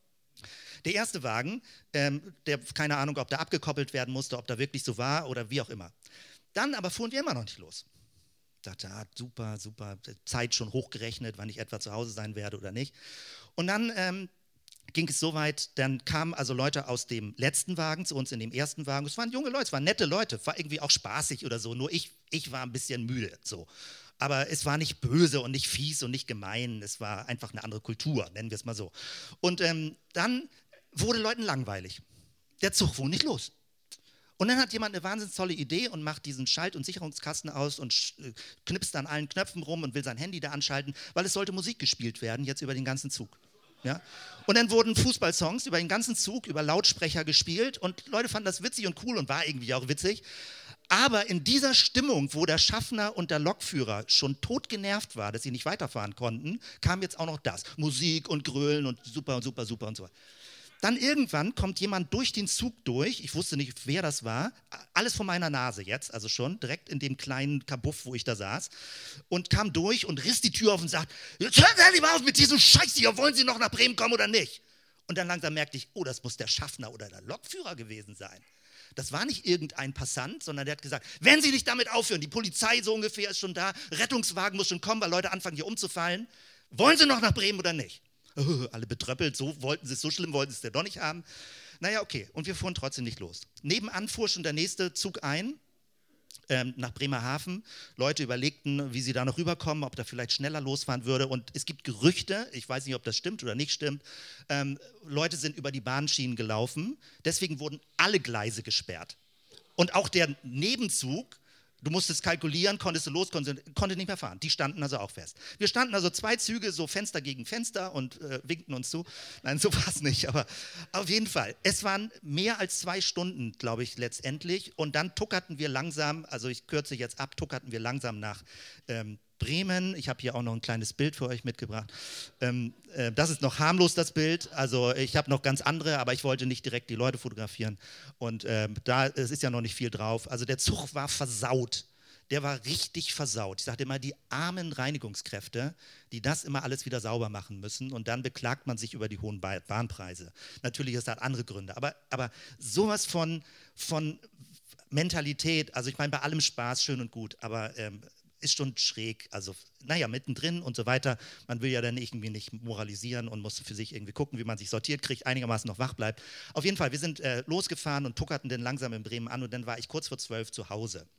S1: Der erste Wagen, ähm, der, keine Ahnung, ob der abgekoppelt werden musste, ob da wirklich so war oder wie auch immer. Dann aber fuhren wir immer noch nicht los. Ich dachte, ah, super, super, Zeit schon hochgerechnet, wann ich etwa zu Hause sein werde oder nicht. Und dann ähm, ging es so weit, dann kamen also Leute aus dem letzten Wagen zu uns in dem ersten Wagen. Es waren junge Leute, es waren nette Leute, es war irgendwie auch spaßig oder so, nur ich, ich war ein bisschen müde, so. Aber es war nicht böse und nicht fies und nicht gemein. Es war einfach eine andere Kultur, nennen wir es mal so. Und ähm, dann wurde Leuten langweilig. Der Zug fuhr nicht los. Und dann hat jemand eine wahnsinnig tolle Idee und macht diesen Schalt- und Sicherungskasten aus und knipst an allen Knöpfen rum und will sein Handy da anschalten, weil es sollte Musik gespielt werden, jetzt über den ganzen Zug. Ja? Und dann wurden Fußballsongs über den ganzen Zug, über Lautsprecher gespielt und Leute fanden das witzig und cool und war irgendwie auch witzig. Aber in dieser Stimmung, wo der Schaffner und der Lokführer schon totgenervt war, dass sie nicht weiterfahren konnten, kam jetzt auch noch das. Musik und Grölen und super und super, super und so. Dann irgendwann kommt jemand durch den Zug durch, ich wusste nicht, wer das war, alles vor meiner Nase jetzt, also schon, direkt in dem kleinen Kabuff, wo ich da saß, und kam durch und riss die Tür auf und sagt, jetzt hören Sie lieber auf mit diesem Scheiß hier, wollen Sie noch nach Bremen kommen oder nicht? Und dann langsam merkte ich, oh, das muss der Schaffner oder der Lokführer gewesen sein. Das war nicht irgendein Passant, sondern der hat gesagt, wenn Sie nicht damit aufhören, die Polizei so ungefähr ist schon da, Rettungswagen muss schon kommen, weil Leute anfangen hier umzufallen. Wollen Sie noch nach Bremen oder nicht? Oh, alle betröppelt, so wollten Sie es, so schlimm wollten Sie es ja doch nicht haben. Naja, okay, und wir fuhren trotzdem nicht los. Nebenan fuhr schon der nächste Zug ein, ähm, nach Bremerhaven. Leute überlegten, wie sie da noch rüberkommen, ob da vielleicht schneller losfahren würde. Und es gibt Gerüchte, ich weiß nicht, ob das stimmt oder nicht stimmt, ähm, Leute sind über die Bahnschienen gelaufen, deswegen wurden alle Gleise gesperrt. Und auch der Nebenzug, du musstest kalkulieren, konntest du los, konnte, konnte nicht mehr fahren. Die standen also auch fest. Wir standen also zwei Züge, so Fenster gegen Fenster und äh, winkten uns zu. Nein, so war es nicht, aber auf jeden Fall. Es waren mehr als zwei Stunden, glaube ich, letztendlich. Und dann tuckerten wir langsam, also ich kürze jetzt ab, tuckerten wir langsam nach ähm, Bremen. Ich habe hier auch noch ein kleines Bild für euch mitgebracht. Ähm, äh, das ist noch harmlos, das Bild. Also ich habe noch ganz andere, aber ich wollte nicht direkt die Leute fotografieren. Und ähm, da es ist ja noch nicht viel drauf. Also der Zug war versaut. Der war richtig versaut. Ich sagte immer, die armen Reinigungskräfte, die das immer alles wieder sauber machen müssen. Und dann beklagt man sich über die hohen Bahnpreise. Natürlich ist das andere Gründe. Aber, aber sowas von, von Mentalität, also ich meine, bei allem Spaß, schön und gut, aber ähm, ist schon schräg, also naja, mittendrin und so weiter. Man will ja dann irgendwie nicht moralisieren und muss für sich irgendwie gucken, wie man sich sortiert kriegt, einigermaßen noch wach bleibt. Auf jeden Fall, wir sind äh, losgefahren und tuckerten dann langsam in Bremen an und dann war ich kurz vor zwölf zu Hause.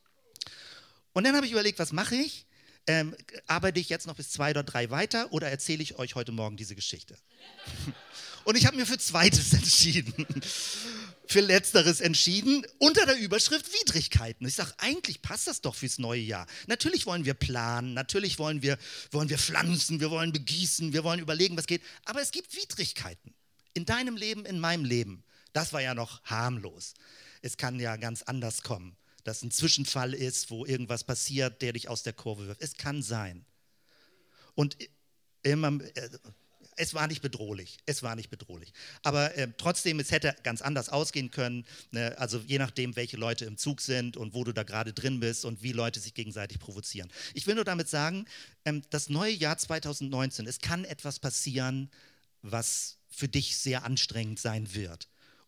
S1: Und dann habe ich überlegt, was mache ich? Ähm, arbeite ich jetzt noch bis zwei oder drei weiter oder erzähle ich euch heute Morgen diese Geschichte? Und ich habe mir für Zweites entschieden. Für Letzteres entschieden, unter der Überschrift Widrigkeiten. Ich sage, eigentlich passt das doch fürs neue Jahr. Natürlich wollen wir planen, natürlich wollen wir, wollen wir pflanzen, wir wollen begießen, wir wollen überlegen, was geht. Aber es gibt Widrigkeiten. In deinem Leben, in meinem Leben. Das war ja noch harmlos. Es kann ja ganz anders kommen, dass ein Zwischenfall ist, wo irgendwas passiert, der dich aus der Kurve wirft. Es kann sein. Und immer... Äh, Es war nicht bedrohlich, es war nicht bedrohlich. Aber äh, trotzdem, es hätte ganz anders ausgehen können, ne? Also je nachdem, welche Leute im Zug sind und wo du da gerade drin bist und wie Leute sich gegenseitig provozieren. Ich will nur damit sagen, ähm, das neue Jahr zwanzig neunzehn, es kann etwas passieren, was für dich sehr anstrengend sein wird.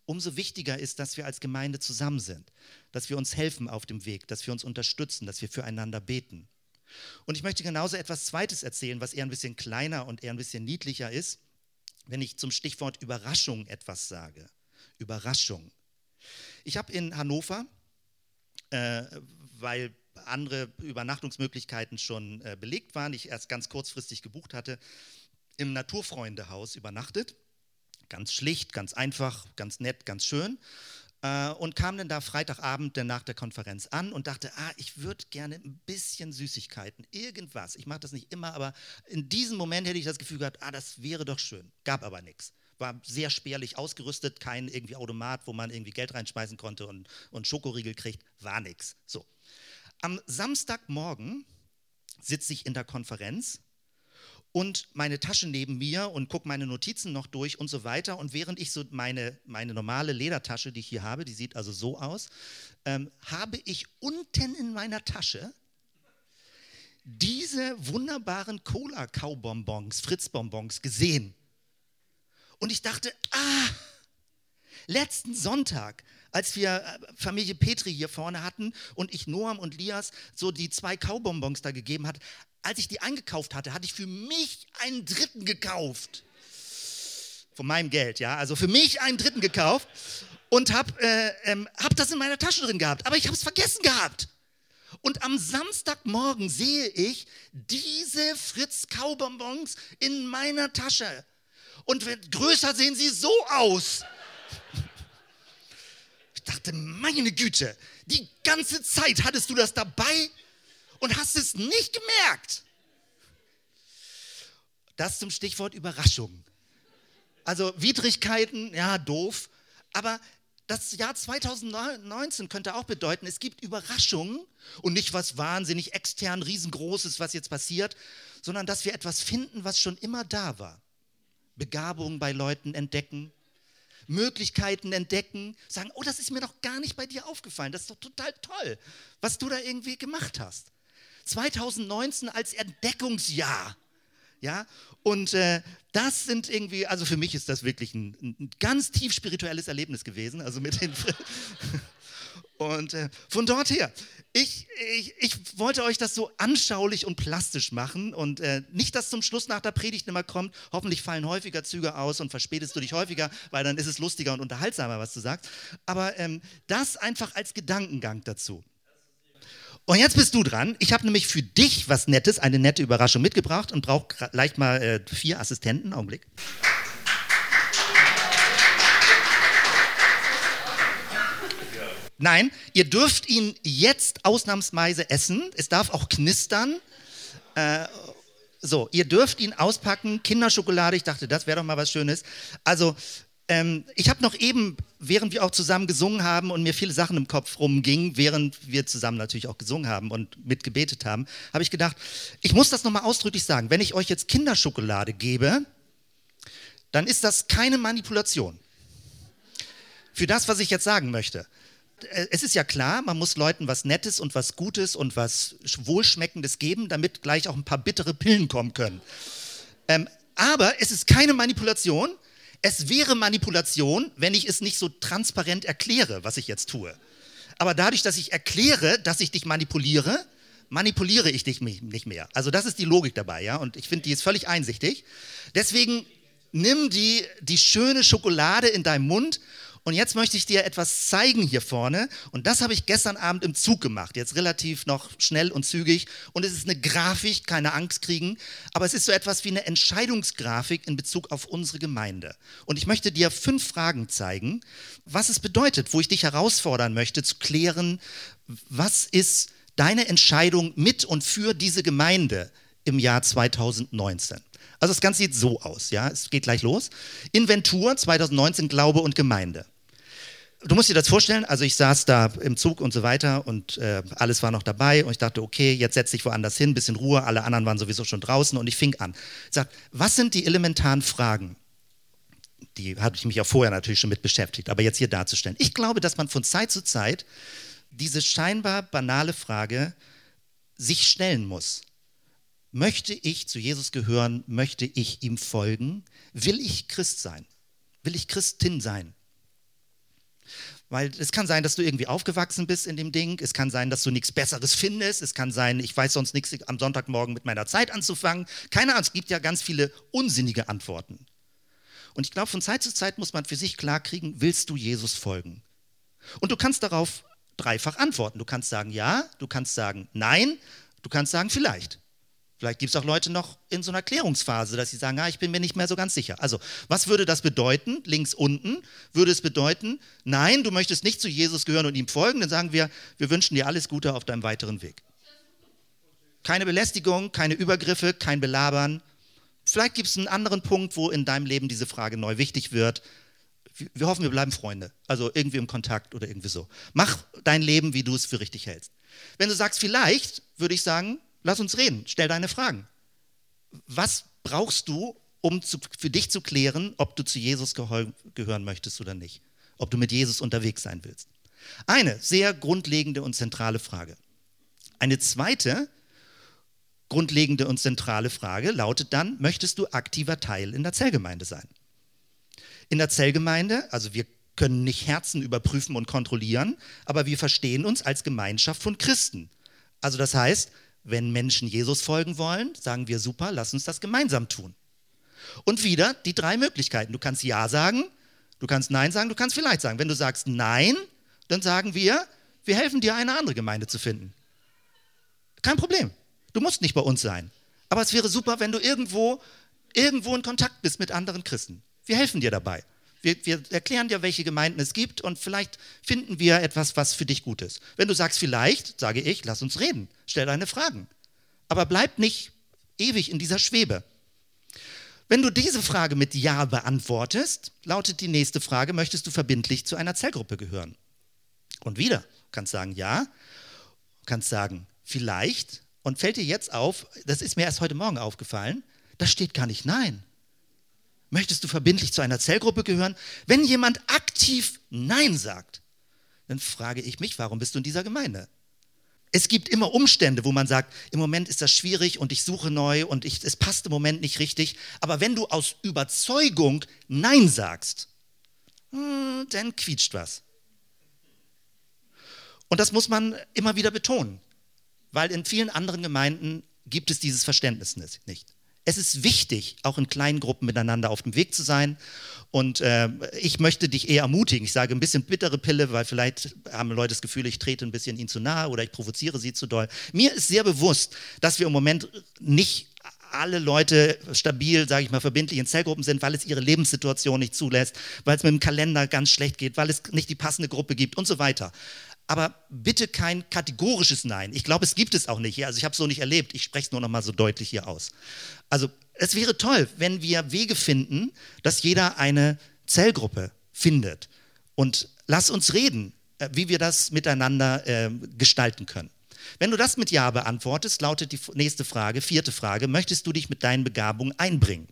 S1: umso wichtiger ist, dass wir als Gemeinde zusammen sind, dass wir uns helfen auf dem Weg, dass wir uns unterstützen, dass wir füreinander beten. Und ich möchte genauso etwas Zweites erzählen, was eher ein bisschen kleiner und eher ein bisschen niedlicher ist, wenn ich zum Stichwort Überraschung etwas sage. Überraschung. Ich habe in Hannover, äh, weil andere Übernachtungsmöglichkeiten schon äh, belegt waren, ich erst ganz kurzfristig gebucht hatte, im Naturfreundehaus übernachtet. Ganz schlicht, ganz einfach, ganz nett, ganz schön. Äh, und kam dann da Freitagabend dann nach der Konferenz an und dachte, ah, ich würde gerne ein bisschen Süßigkeiten, irgendwas. Ich mache das nicht immer, aber in diesem Moment hätte ich das Gefühl gehabt, ah, das wäre doch schön. Gab aber nichts. War sehr spärlich ausgerüstet, kein irgendwie Automat, wo man irgendwie Geld reinschmeißen konnte und, und Schokoriegel kriegt, war nichts. So. Am Samstagmorgen sitze ich in der Konferenz und meine Tasche neben mir und gucke meine Notizen noch durch und so weiter. Und während ich so meine, meine normale Ledertasche, die ich hier habe, die sieht also so aus, ähm, habe ich unten in meiner Tasche diese wunderbaren Cola-Kaubonbons, Fritz-Bonbons gesehen. Und ich dachte, ah, letzten Sonntag, als wir Familie Petri hier vorne hatten und ich Noam und Lias so die zwei Kaubonbons da gegeben hat, als ich die eingekauft hatte, hatte ich für mich einen dritten gekauft. Von meinem Geld, ja, also für mich einen dritten gekauft und habe äh, ähm, hab das in meiner Tasche drin gehabt, aber ich habe es vergessen gehabt. Und am Samstagmorgen sehe ich diese Fritz-Kaubonbons in meiner Tasche. Und wenn, größer sehen sie so aus. Ich dachte, meine Güte, die ganze Zeit hattest du das dabei und hast es nicht gemerkt. Das zum Stichwort Überraschung. Also Widrigkeiten, ja, doof. Aber das Jahr zweitausendneunzehn könnte auch bedeuten, es gibt Überraschungen und nicht was wahnsinnig extern riesengroßes, was jetzt passiert, sondern dass wir etwas finden, was schon immer da war. Begabungen bei Leuten entdecken, Möglichkeiten entdecken, sagen, oh, das ist mir doch gar nicht bei dir aufgefallen, das ist doch total toll, was du da irgendwie gemacht hast. zweitausendneunzehn als Entdeckungsjahr, ja, und äh, das sind irgendwie, also für mich ist das wirklich ein, ein ganz tief spirituelles Erlebnis gewesen, also mit den und äh, von dort her, ich, ich, ich wollte euch das so anschaulich und plastisch machen und äh, nicht, dass zum Schluss nach der Predigt immer kommt, hoffentlich fallen häufiger Züge aus und verspätest du dich häufiger, weil dann ist es lustiger und unterhaltsamer, was du sagst, aber ähm, das einfach als Gedankengang dazu. Und jetzt bist du dran. Ich habe nämlich für dich was Nettes, eine nette Überraschung mitgebracht und brauche leicht mal äh, vier Assistenten. Augenblick. Nein, ihr dürft ihn jetzt ausnahmsweise essen. Es darf auch knistern. Äh, so, ihr dürft ihn auspacken. Kinderschokolade, ich dachte, das wäre doch mal was Schönes. Also, ähm, ich habe noch eben, während wir auch zusammen gesungen haben und mir viele Sachen im Kopf rumgingen, während wir zusammen natürlich auch gesungen haben und mitgebetet haben, habe ich gedacht, ich muss das nochmal ausdrücklich sagen. Wenn ich euch jetzt Kinderschokolade gebe, dann ist das keine Manipulation. Für das, was ich jetzt sagen möchte. Es ist ja klar, man muss Leuten was Nettes und was Gutes und was Wohlschmeckendes geben, damit gleich auch ein paar bittere Pillen kommen können. Ähm, aber es ist keine Manipulation. Es wäre Manipulation, wenn ich es nicht so transparent erkläre, was ich jetzt tue. Aber dadurch, dass ich erkläre, dass ich dich manipuliere, manipuliere ich dich nicht mehr. Also das ist die Logik dabei, ja. Und ich finde, die ist völlig einsichtig. Deswegen nimm die, die schöne Schokolade in deinem Mund. Und jetzt möchte ich dir etwas zeigen hier vorne. Und das habe ich gestern Abend im Zug gemacht. Jetzt relativ noch schnell und zügig. Und es ist eine Grafik, keine Angst kriegen. Aber es ist so etwas wie eine Entscheidungsgrafik in Bezug auf unsere Gemeinde. Und ich möchte dir fünf Fragen zeigen, was es bedeutet, wo ich dich herausfordern möchte, zu klären, was ist deine Entscheidung mit und für diese Gemeinde im Jahr zweitausendneunzehn. Also das Ganze sieht so aus, ja, es geht gleich los. Inventur zweitausendneunzehn, Glaube und Gemeinde. Du musst dir das vorstellen, also ich saß da im Zug und so weiter und äh, alles war noch dabei und ich dachte, okay, jetzt setz dich woanders hin, bisschen Ruhe, alle anderen waren sowieso schon draußen und ich fing an. Ich sag, was sind die elementaren Fragen? Die habe ich mich ja vorher natürlich schon mit beschäftigt, aber jetzt hier darzustellen. Ich glaube, dass man von Zeit zu Zeit diese scheinbar banale Frage sich stellen muss. Möchte ich zu Jesus gehören? Möchte ich ihm folgen? Will ich Christ sein? Will ich Christin sein? Weil es kann sein, dass du irgendwie aufgewachsen bist in dem Ding, es kann sein, dass du nichts Besseres findest, es kann sein, ich weiß sonst nichts am Sonntagmorgen mit meiner Zeit anzufangen. Keine Ahnung, es gibt ja ganz viele unsinnige Antworten. Und ich glaube, von Zeit zu Zeit muss man für sich klarkriegen, willst du Jesus folgen? Und du kannst darauf dreifach antworten. Du kannst sagen ja, du kannst sagen nein, du kannst sagen vielleicht. Vielleicht gibt es auch Leute noch in so einer Klärungsphase, dass sie sagen, ah, ich bin mir nicht mehr so ganz sicher. Also, was würde das bedeuten? Links unten würde es bedeuten, nein, du möchtest nicht zu Jesus gehören und ihm folgen, dann sagen wir, wir wünschen dir alles Gute auf deinem weiteren Weg. Keine Belästigung, keine Übergriffe, kein Belabern. Vielleicht gibt es einen anderen Punkt, wo in deinem Leben diese Frage neu wichtig wird. Wir hoffen, wir bleiben Freunde, also irgendwie im Kontakt oder irgendwie so. Mach dein Leben, wie du es für richtig hältst. Wenn du sagst, vielleicht, würde ich sagen, lass uns reden, stell deine Fragen. Was brauchst du, um zu, für dich zu klären, ob du zu Jesus geheu- gehören möchtest oder nicht? Ob du mit Jesus unterwegs sein willst? Eine sehr grundlegende und zentrale Frage. Eine zweite grundlegende und zentrale Frage lautet dann, möchtest du aktiver Teil in der Zellgemeinde sein? In der Zellgemeinde, also wir können nicht Herzen überprüfen und kontrollieren, aber wir verstehen uns als Gemeinschaft von Christen. Also das heißt, wenn Menschen Jesus folgen wollen, sagen wir, super, lass uns das gemeinsam tun. Und wieder die drei Möglichkeiten. Du kannst Ja sagen, du kannst Nein sagen, du kannst vielleicht sagen. Wenn du sagst Nein, dann sagen wir, wir helfen dir, eine andere Gemeinde zu finden. Kein Problem. Du musst nicht bei uns sein. Aber es wäre super, wenn du irgendwo, irgendwo in Kontakt bist mit anderen Christen. Wir helfen dir dabei. Wir, wir erklären dir, welche Gemeinden es gibt und vielleicht finden wir etwas, was für dich gut ist. Wenn du sagst vielleicht, sage ich, lass uns reden, stell deine Fragen. Aber bleib nicht ewig in dieser Schwebe. Wenn du diese Frage mit Ja beantwortest, lautet die nächste Frage, möchtest du verbindlich zu einer Zellgruppe gehören? Und wieder, du kannst sagen Ja, du kannst sagen vielleicht und fällt dir jetzt auf, das ist mir erst heute Morgen aufgefallen, da steht gar nicht Nein. Möchtest du verbindlich zu einer Zellgruppe gehören? Wenn jemand aktiv Nein sagt, dann frage ich mich, warum bist du in dieser Gemeinde? Es gibt immer Umstände, wo man sagt, im Moment ist das schwierig und ich suche neu und ich, es passt im Moment nicht richtig. Aber wenn du aus Überzeugung Nein sagst, hm, dann quietscht was. Und das muss man immer wieder betonen, weil in vielen anderen Gemeinden gibt es dieses Verständnis nicht. Es ist wichtig, auch in kleinen Gruppen miteinander auf dem Weg zu sein. Und äh, ich möchte dich eher ermutigen. Ich sage ein bisschen bittere Pille, weil vielleicht haben Leute das Gefühl, ich trete ein bisschen ihnen zu nahe oder ich provoziere sie zu doll. Mir ist sehr bewusst, dass wir im Moment nicht alle Leute stabil, sage ich mal, verbindlich in Zellgruppen sind, weil es ihre Lebenssituation nicht zulässt, weil es mit dem Kalender ganz schlecht geht, weil es nicht die passende Gruppe gibt und so weiter. Aber bitte kein kategorisches Nein. Ich glaube, es gibt es auch nicht. Also ich habe es so nicht erlebt. Ich spreche es nur noch mal so deutlich hier aus. Also es wäre toll, wenn wir Wege finden, dass jeder eine Zellgruppe findet. Und lass uns reden, wie wir das miteinander äh, gestalten können. Wenn du das mit Ja beantwortest, lautet die nächste Frage, vierte Frage, möchtest du dich mit deinen Begabungen einbringen?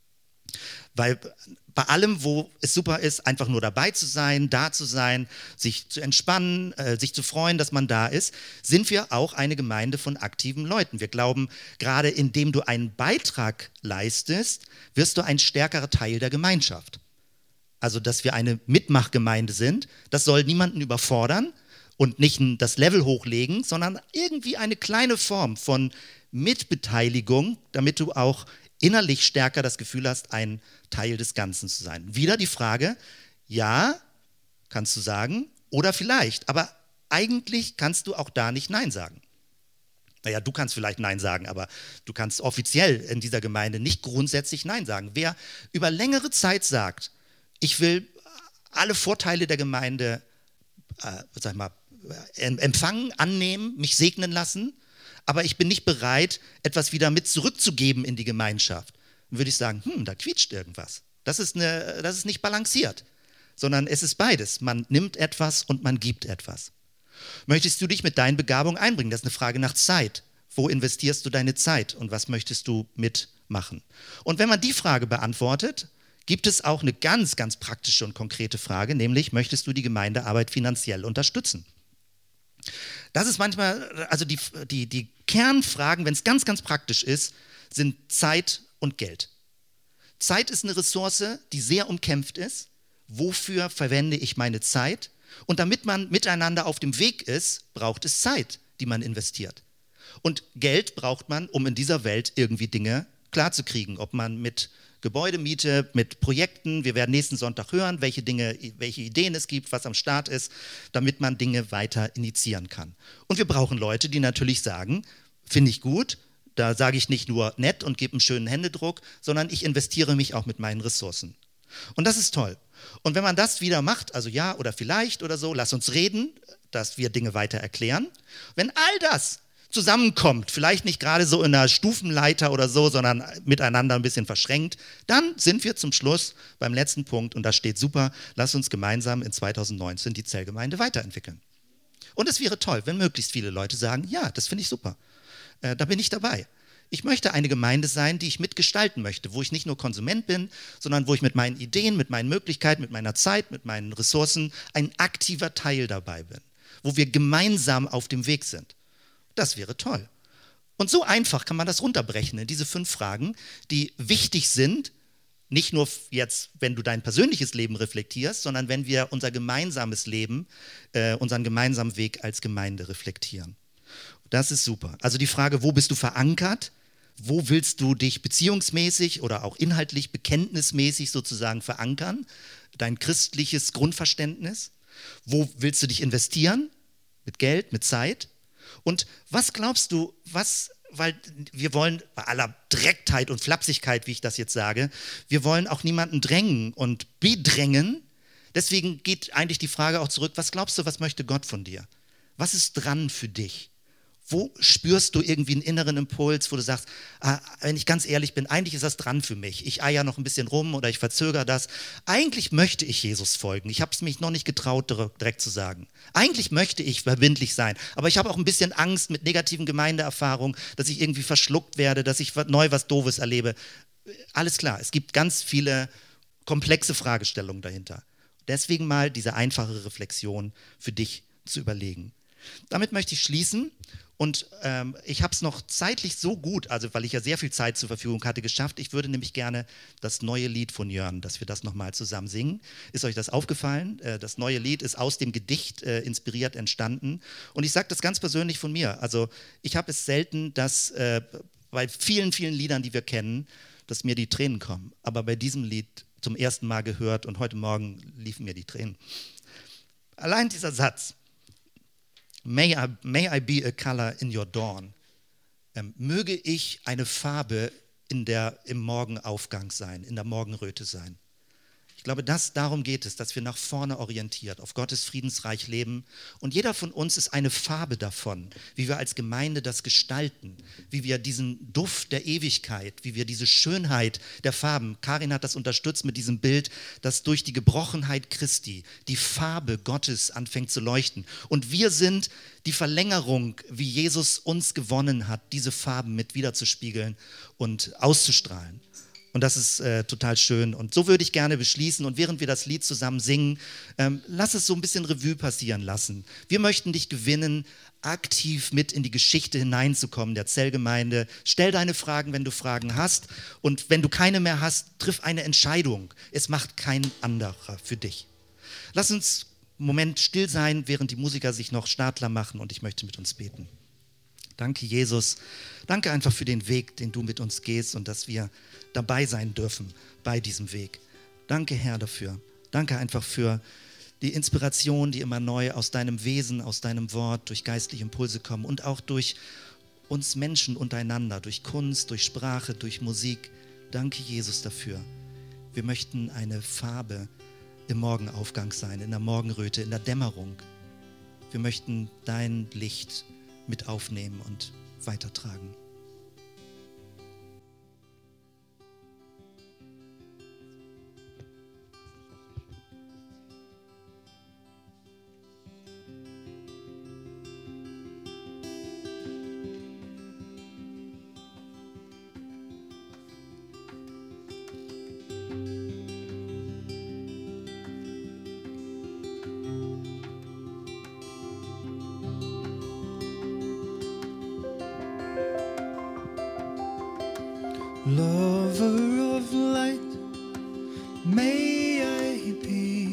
S1: Weil bei allem, wo es super ist, einfach nur dabei zu sein, da zu sein, sich zu entspannen, äh, sich zu freuen, dass man da ist, sind wir auch eine Gemeinde von aktiven Leuten. Wir glauben, gerade indem du einen Beitrag leistest, wirst du ein stärkerer Teil der Gemeinschaft. Also, dass wir eine Mitmachgemeinde sind, das soll niemanden überfordern und nicht das Level hochlegen, sondern irgendwie eine kleine Form von Mitbeteiligung, damit du auch innerlich stärker das Gefühl hast, ein Teil des Ganzen zu sein. Wieder die Frage, ja, kannst du sagen, oder vielleicht, aber eigentlich kannst du auch da nicht Nein sagen. Naja, du kannst vielleicht Nein sagen, aber du kannst offiziell in dieser Gemeinde nicht grundsätzlich Nein sagen. Wer über längere Zeit sagt, ich will alle Vorteile der Gemeinde äh, sag mal, empfangen, annehmen, mich segnen lassen, aber ich bin nicht bereit, etwas wieder mit zurückzugeben in die Gemeinschaft, dann würde ich sagen, hm, da quietscht irgendwas. Das ist, eine, das ist nicht balanciert, sondern es ist beides. Man nimmt etwas und man gibt etwas. Möchtest du dich mit deinen Begabungen einbringen? Das ist eine Frage nach Zeit. Wo investierst du deine Zeit und was möchtest du mitmachen? Und wenn man die Frage beantwortet, gibt es auch eine ganz, ganz praktische und konkrete Frage, nämlich, möchtest du die Gemeindearbeit finanziell unterstützen? Das ist manchmal, also die, die, die Kernfragen, wenn es ganz, ganz praktisch ist, sind Zeit und Geld. Zeit ist eine Ressource, die sehr umkämpft ist, Wofür verwende ich meine Zeit? Und damit man miteinander auf dem Weg ist, braucht es Zeit, die man investiert. Und Geld braucht man, um in dieser Welt irgendwie Dinge klarzukriegen, ob man mit Gebäudemiete, mit Projekten, wir werden nächsten Sonntag hören, welche Dinge, welche Ideen es gibt, was am Start ist, damit man Dinge weiter initiieren kann. Und wir brauchen Leute, die natürlich sagen, finde ich gut, da sage ich nicht nur nett und gebe einen schönen Händedruck, sondern ich investiere mich auch mit meinen Ressourcen. Und das ist toll. Und wenn man das wieder macht, also ja oder vielleicht oder so, lass uns reden, dass wir Dinge weiter erklären. Wenn all das zusammenkommt, vielleicht nicht gerade so in einer Stufenleiter oder so, sondern miteinander ein bisschen verschränkt, dann sind wir zum Schluss beim letzten Punkt und da steht super, lass uns gemeinsam in zweitausendneunzehn die Zellgemeinde weiterentwickeln. Und es wäre toll, wenn möglichst viele Leute sagen, ja, das finde ich super, äh, da bin ich dabei. Ich möchte eine Gemeinde sein, die ich mitgestalten möchte, wo ich nicht nur Konsument bin, sondern wo ich mit meinen Ideen, mit meinen Möglichkeiten, mit meiner Zeit, mit meinen Ressourcen ein aktiver Teil dabei bin, wo wir gemeinsam auf dem Weg sind. Das wäre toll. Und so einfach kann man das runterbrechen in diese fünf Fragen, die wichtig sind, nicht nur jetzt, wenn du dein persönliches Leben reflektierst, sondern wenn wir unser gemeinsames Leben, äh, unseren gemeinsamen Weg als Gemeinde reflektieren. Das ist super. Also die Frage, wo bist du verankert? Wo willst du dich beziehungsmäßig oder auch inhaltlich, bekenntnismäßig sozusagen verankern? Dein christliches Grundverständnis? Wo willst du dich investieren? Mit Geld, mit Zeit? Und was glaubst du, was, weil wir wollen, bei aller Drecktheit und Flapsigkeit, wie ich das jetzt sage, wir wollen auch niemanden drängen und bedrängen. Deswegen geht eigentlich die Frage auch zurück, was glaubst du, was möchte Gott von dir? Was ist dran für dich? Wo spürst du irgendwie einen inneren Impuls, wo du sagst, ah, wenn ich ganz ehrlich bin, eigentlich ist das dran für mich. Ich eier noch ein bisschen rum oder ich verzögere das. Eigentlich möchte ich Jesus folgen. Ich habe es mich noch nicht getraut, direkt zu sagen. Eigentlich möchte ich verbindlich sein. Aber ich habe auch ein bisschen Angst mit negativen Gemeindeerfahrungen, dass ich irgendwie verschluckt werde, dass ich neu was Doofes erlebe. Alles klar, es gibt ganz viele komplexe Fragestellungen dahinter. Deswegen mal diese einfache Reflexion für dich zu überlegen. Damit möchte ich schließen und ähm, ich habe es noch zeitlich so gut, also weil ich ja sehr viel Zeit zur Verfügung hatte, geschafft. Ich würde nämlich gerne das neue Lied von Jörn, dass wir das nochmal zusammen singen. Ist euch das aufgefallen? Äh, das neue Lied ist aus dem Gedicht äh, inspiriert entstanden und ich sage das ganz persönlich von mir. Also ich habe es selten, dass äh, bei vielen, vielen Liedern, die wir kennen, dass mir die Tränen kommen. Aber bei diesem Lied zum ersten Mal gehört und heute Morgen liefen mir die Tränen. Allein dieser Satz. May I, may I be a color in your dawn. Ähm, möge ich eine Farbe in der, im Morgenaufgang sein, in der Morgenröte sein. Ich glaube, das, darum geht es, dass wir nach vorne orientiert, auf Gottes Friedensreich leben. Und jeder von uns ist eine Farbe davon, wie wir als Gemeinde das gestalten, wie wir diesen Duft der Ewigkeit, wie wir diese Schönheit der Farben, Karin hat das unterstützt mit diesem Bild, dass durch die Gebrochenheit Christi die Farbe Gottes anfängt zu leuchten. Und wir sind die Verlängerung, wie Jesus uns gewonnen hat, diese Farben mit wiederzuspiegeln und auszustrahlen. Und das ist äh, total schön. Und so würde ich gerne beschließen. Und während wir das Lied zusammen singen, ähm, lass es so ein bisschen Revue passieren lassen. Wir möchten dich gewinnen, aktiv mit in die Geschichte hineinzukommen der Zellgemeinde. Stell deine Fragen, wenn du Fragen hast. Und wenn du keine mehr hast, triff eine Entscheidung. Es macht kein anderer für dich. Lass uns einen Moment still sein, während die Musiker sich noch Startler machen. Und ich möchte mit uns beten. Danke, Jesus. Danke einfach für den Weg, den du mit uns gehst und dass wir dabei sein dürfen bei diesem Weg. Danke, Herr, dafür. Danke einfach für die Inspiration, die immer neu aus deinem Wesen, aus deinem Wort, durch geistliche Impulse kommen und auch durch uns Menschen untereinander, durch Kunst, durch Sprache, durch Musik. Danke, Jesus, dafür. Wir möchten eine Farbe im Morgenaufgang sein, in der Morgenröte, in der Dämmerung. Wir möchten dein Licht mit aufnehmen und weitertragen.
S7: Lover of light, may I be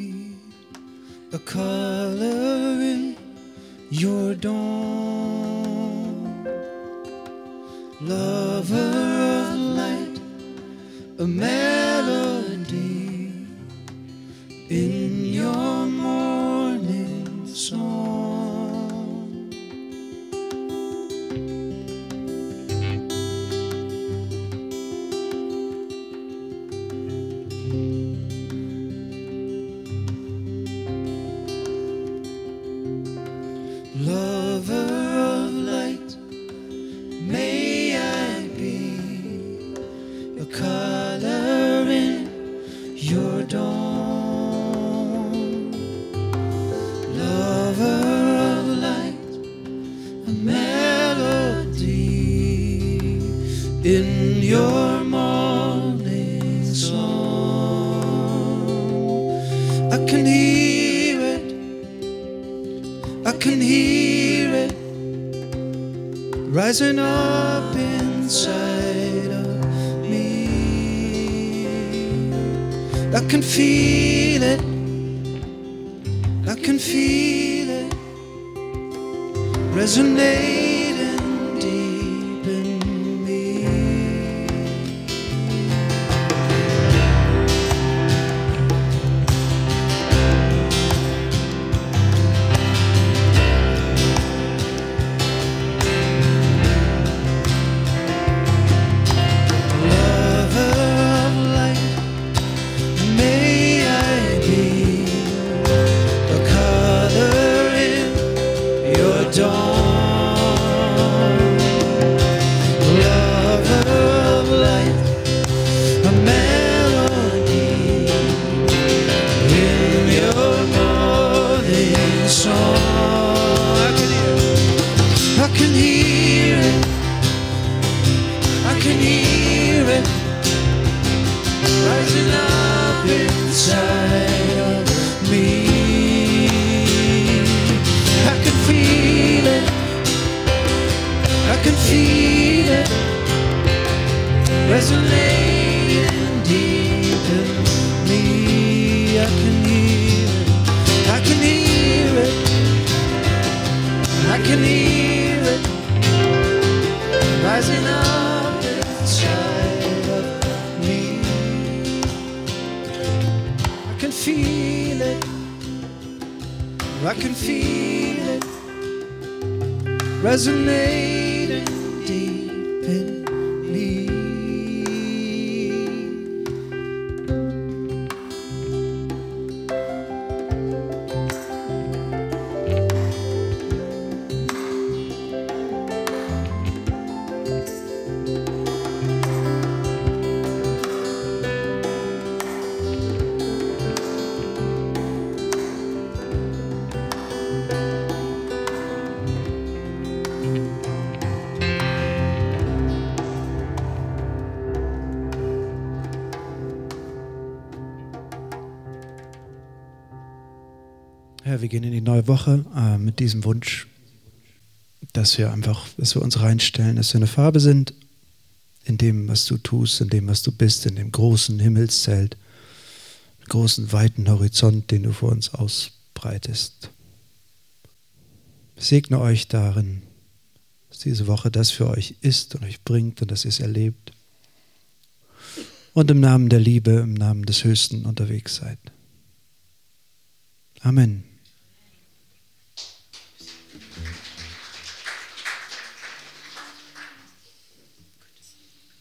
S7: color in your dawn. Lover of light, a melody in your morning song. Lover of light, may I be a color in your dawn. Lover of light, a melody in your morning song. I can hear it, I can hear it rising up inside of me. I can feel it, I can feel it resonating deep in me. Lover of light, may I be a color in your dawn. Lover of light, a melody in your morning song. I can hear it, I can hear it, I can hear it rising up inside of me. I can feel it, I can feel it resonating deep in me. I can hear it, I can hear it, I can hear it rising up inside of me. I can feel it, I can feel it resonating deep in me.
S8: Ja, wir gehen in die neue Woche äh, mit diesem Wunsch, dass wir einfach, dass wir uns reinstellen, dass wir eine Farbe sind in dem, was du tust, in dem, was du bist, in dem großen Himmelszelt, großen, weiten Horizont, den du vor uns ausbreitest. Ich segne euch darin, dass diese Woche das für euch ist und euch bringt und dass ihr es erlebt. Und im Namen der Liebe, im Namen des Höchsten unterwegs seid. Amen.